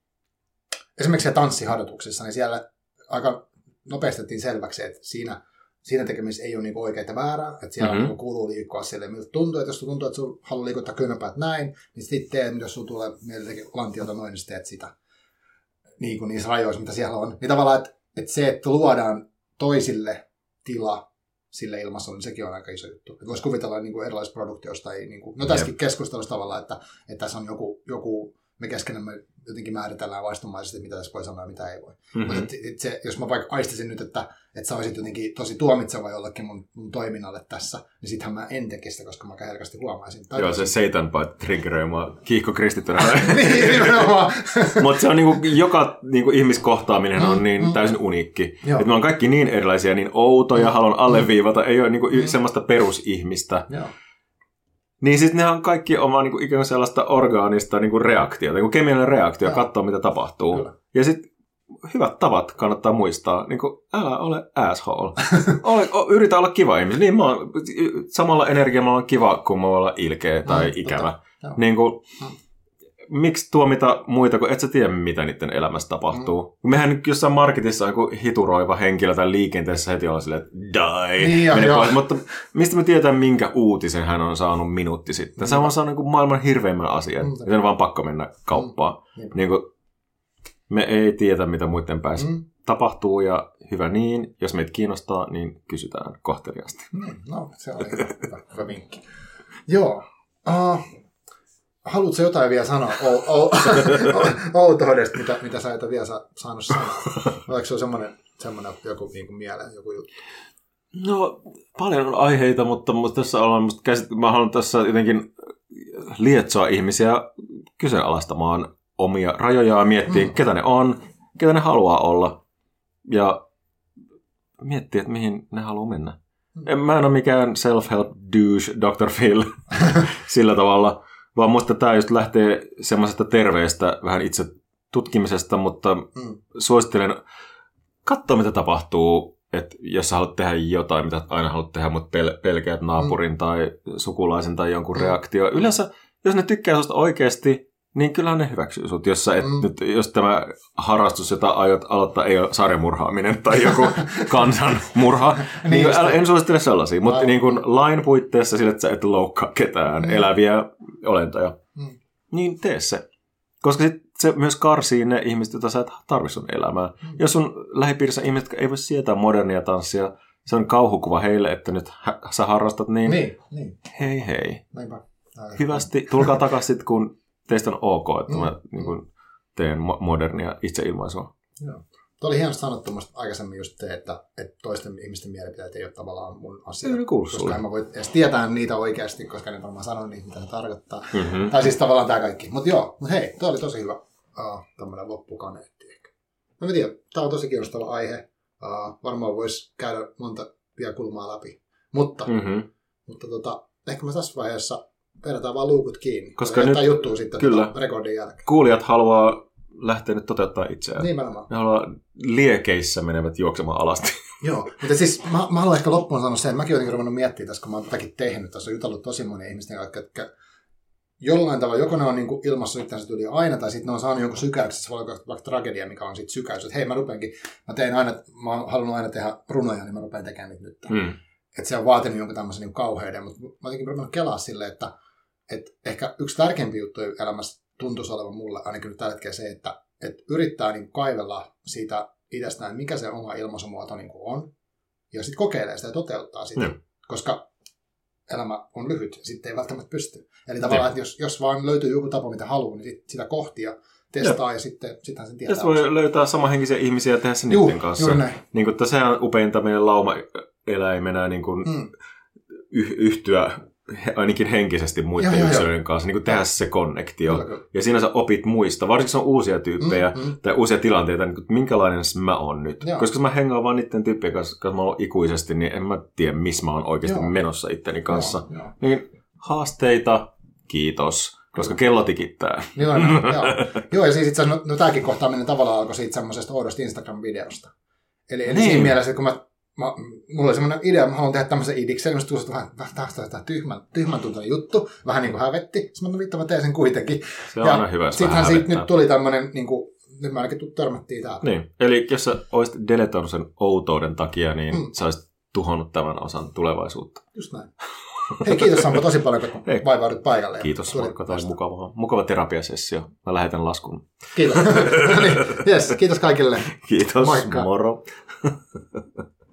esimerkiksi siellä tanssiharjoituksissa, niin siellä aika nopeasti tehtiin selväksi, että siinä, siinä tekemisessä ei ole niinku oikeaa ja väärää, että siellä mm-hmm. niinku kuuluu liikkua silleen, miltä tuntuu, että jos tuntuu, että sinulla haluaa liikuttaa kynäpäät näin, niin sitten teet, jos sinulla tulee mielelläkin lantiota noin, niin teet sitä niin kuin niissä rajoissa, mitä siellä on. Niin tavallaan, että, että se, että luodaan toisille tila sille ilmassa, niin sekin on aika iso juttu. Että voisi kuvitella niin kuin erilaisista produktioista, ei, niin kuin, no tässäkin yep. keskustelussa tavallaan, että, että tässä on joku, joku me keskenämme jotenkin määritellään vaistomaisesti, mitä tässä voi sanoa ja mitä ei voi. Mm-hmm. Mutta et, et se, jos mä vaikka aistisin nyt, että et sä olisit jotenkin tosi tuomitseva jollekin mun, mun toiminnalle tässä, niin sittenhän mä en tekisi sitä, koska mä aika herkästi huomaisin. Tai joo, se Satan by triggeröi mua kiihko kristittynä. niin, nimenomaan. Mutta se on niinku, joka niinku, ihmiskohtaaminen on niin mm, täysin uniikki. Että me on kaikki niin erilaisia, niin outoja, mm, haluan alleviivata, ei ole niinku, mm, semmoista perusihmistä. Joo. Niin sitten nehän kaikki oma niinku, ikään kuin sellaista orgaanista niinku, reaktiota, niinku kemiallinen reaktio, katsoa mitä tapahtuu. Kyllä. Ja sitten hyvät tavat kannattaa muistaa. Niinku, älä ole asshole. ole, o, yritä olla kiva ihminen. Niin, mä oon, samalla energialla on kiva, kun mä oon olla ilkeä tai mm, ikävä. Niinku, mm. Miksi tuomita muita, kun et sä tiedä, mitä niiden elämässä tapahtuu. Mm. Mehän jossain marketissa on joku hituroiva henkilö tai liikenteessä heti olla silleen, että die, niin, mene pois. Mutta mistä me tietää, minkä uutisen hän on saanut minuutti sitten? Mm. Se on saanut niin maailman hirveimmän asian. Mm. Ja on vaan pakko mennä kauppaan. Mm. Niin kuin, me ei tiedä, mitä muiden päässä mm. tapahtuu, ja hyvä niin. Jos meitä kiinnostaa, niin kysytään kohteliaasti. Mm. No, se on hyvä, hyvä, hyvä vinkki. Joo. Uh, haluatko jotain vielä sanoa outoudesta, mitä, mitä sä et ole vielä saanut sanoa? Oliko se semmoinen, semmoinen joku niin kuin mieleen, joku juttu? No, paljon on aiheita, mutta, mutta tässä ollaan musta käsit... Mä haluan tässä jotenkin lietsoa ihmisiä kyseenalaistamaan omia rajojaan, miettiä, mm. ketä ne on, ketä ne haluaa olla, ja miettiä, että mihin ne haluaa mennä. Mm. Mä en ole mikään self-help douche, doctor Phil, sillä tavalla, vaan musta tämä just lähtee semmoisesta terveestä, vähän itse tutkimisesta, mutta mm. suosittelen katsoa, mitä tapahtuu, että jos sä haluat tehdä jotain, mitä aina haluat tehdä, mutta pel- pelkäät naapurin mm. tai sukulaisen tai jonkun mm. reaktio. Yleensä, jos ne tykkää susta oikeasti, niin kyllähän ne hyväksyy sut. Jos, sä et, mm. nyt, jos tämä harrastus, jota aiot aloittaa, ei ole sarjamurhaaminen tai joku kansanmurha, niin, niin älä, en suosittele sellaisia. Mutta niin kuin lain puitteissa sillä, että sä et loukkaa ketään mm. eläviä olentoja, mm. niin tee se. Koska sit se myös karsii ne ihmiset, joita sä et tarvitse sun elämään. Mm. Jos sun lähipiirissä ihmiset, jotka ei voi sietää modernia tanssia, se on kauhukuva heille, että nyt hä- sä harrastat, niin, niin, niin. hei hei. Näinpä. Hyvästi, tulkaa takaisin, kun teistä on ok, että mm. mä niin kun, teen mo- modernia itseilmaisua. Joo. Tuo oli hienosti sanottu musta aikaisemmin just se, että, että toisten ihmisten mielipiteet ei ole tavallaan mun asia. Ei, koska en mä voi edes tietää niitä oikeasti, koska en varmaan sano niitä, mitä se tarkoittaa. Mm-hmm. Tai siis tavallaan tää kaikki. Mutta joo, mut hei, tuo oli tosi hyvä uh, tämmönen loppukaneetti ehkä. Mä en tiedä, tää on tosi kiinnostava aihe. Uh, varmaan voisi käydä monta vielä kulmaa läpi. Mutta, mm-hmm. mutta tota, ehkä mä tässä vaiheessa vedetään vaan luukut kiinni. Koska nyt juttua sitten kyllä, tota rekordin jälkeen. Kuulijat haluaa lähteä nyt toteuttaa itseään. Nimenomaan. Ne haluaa liekeissä menevät juoksemaan alasti. Joo, mutta siis mä, mä haluan ehkä loppuun sanoa sen, että mäkin olen ruvennut miettimään tässä, kun mä oon tätäkin tehnyt. Tässä on jutellut tosi monia ihmisten, jotka jollain tavalla, joko ne on niin ilmassa itseänsä tyyliin aina, tai sitten ne on saanut jonkun sykäyksen, se voi olla vaikka tragedia, mikä on sitten sykäys. Että hei, mä rupeankin, mä tein aina, mä oon halunnut aina tehdä runoja, niin mä rupean tekemään niitä nyt. Mm. Että se on vaatinut jonkun tämmöisen niin kauheuden, mutta mä jotenkin ruvennut kelaa silleen, että, että ehkä yksi tärkeimpiä juttuja elämässä tuntuisi olevan mulle, ainakin nyt tällä hetkellä se, että, että yrittää niin kaivella siitä itsestään, mikä se oma ilmaisumuoto niin on, ja sitten kokeilee sitä ja toteuttaa sitä, mm. koska elämä on lyhyt ja sitten ei välttämättä pysty. Eli tavallaan, että jos, jos vaan löytyy joku tapa, mitä haluaa, niin sit, sitä kohti ja testaa ja, ja sitten sittenhän sen tietää. Tässä voi löytää samanhenkisiä ihmisiä ja tehdä sen Juh, niiden kanssa. Niin kuin, sehän on upeinta meidän lauma-eläimenä niin kuin mm. yh- yhtyä ainakin henkisesti muiden joo, yksilöiden joo. kanssa, niin kuin tehdä se konnektio. Kyllä. Ja siinä sä opit muista, varsinkin se on uusia tyyppejä mm, mm. tai uusia tilanteita, niin kuin, minkälainen mä oon nyt. Joo. Koska mä hengaan vaan niiden tyyppien kanssa, koska mä oon ikuisesti, niin en mä tiedä, missä mä oon oikeasti joo. menossa itteni kanssa. Joo, joo. Niin haasteita, kiitos, koska kello tikittää. Joo, no, joo. joo, ja siis itse asiassa, no, no tämäkin kohtaaminen tavallaan alkoi siitä semmoisesta oudosta Instagram-videosta. Eli, eli niin. siinä mielessä, kun mä Mä, mulla oli semmoinen idea, mä haluan tehdä tämmöisen idiksen, niin musta vähän, vähän tyhmän, tyhmän tuntuinen juttu, vähän niin kuin hävetti. Sitten mä vittu, mä teen sen kuitenkin. Se on ja aina hyvä, sittenhän siitä nyt tuli tämmöinen, niin kuin, nyt mä ainakin törmättiin täällä. Niin, eli jos sä olisit deletoinut sen outouden takia, niin mm. sä olisit tuhonnut tämän osan tulevaisuutta. Just näin. Hei, kiitos Sampo tosi paljon, kun Hei. vaivaudut paikalle. Kiitos Marko, tämä oli mukava, mukava terapiasessio. Mä lähetän laskun. Kiitos. no niin, yes, kiitos kaikille. Kiitos, Moikka. Moro.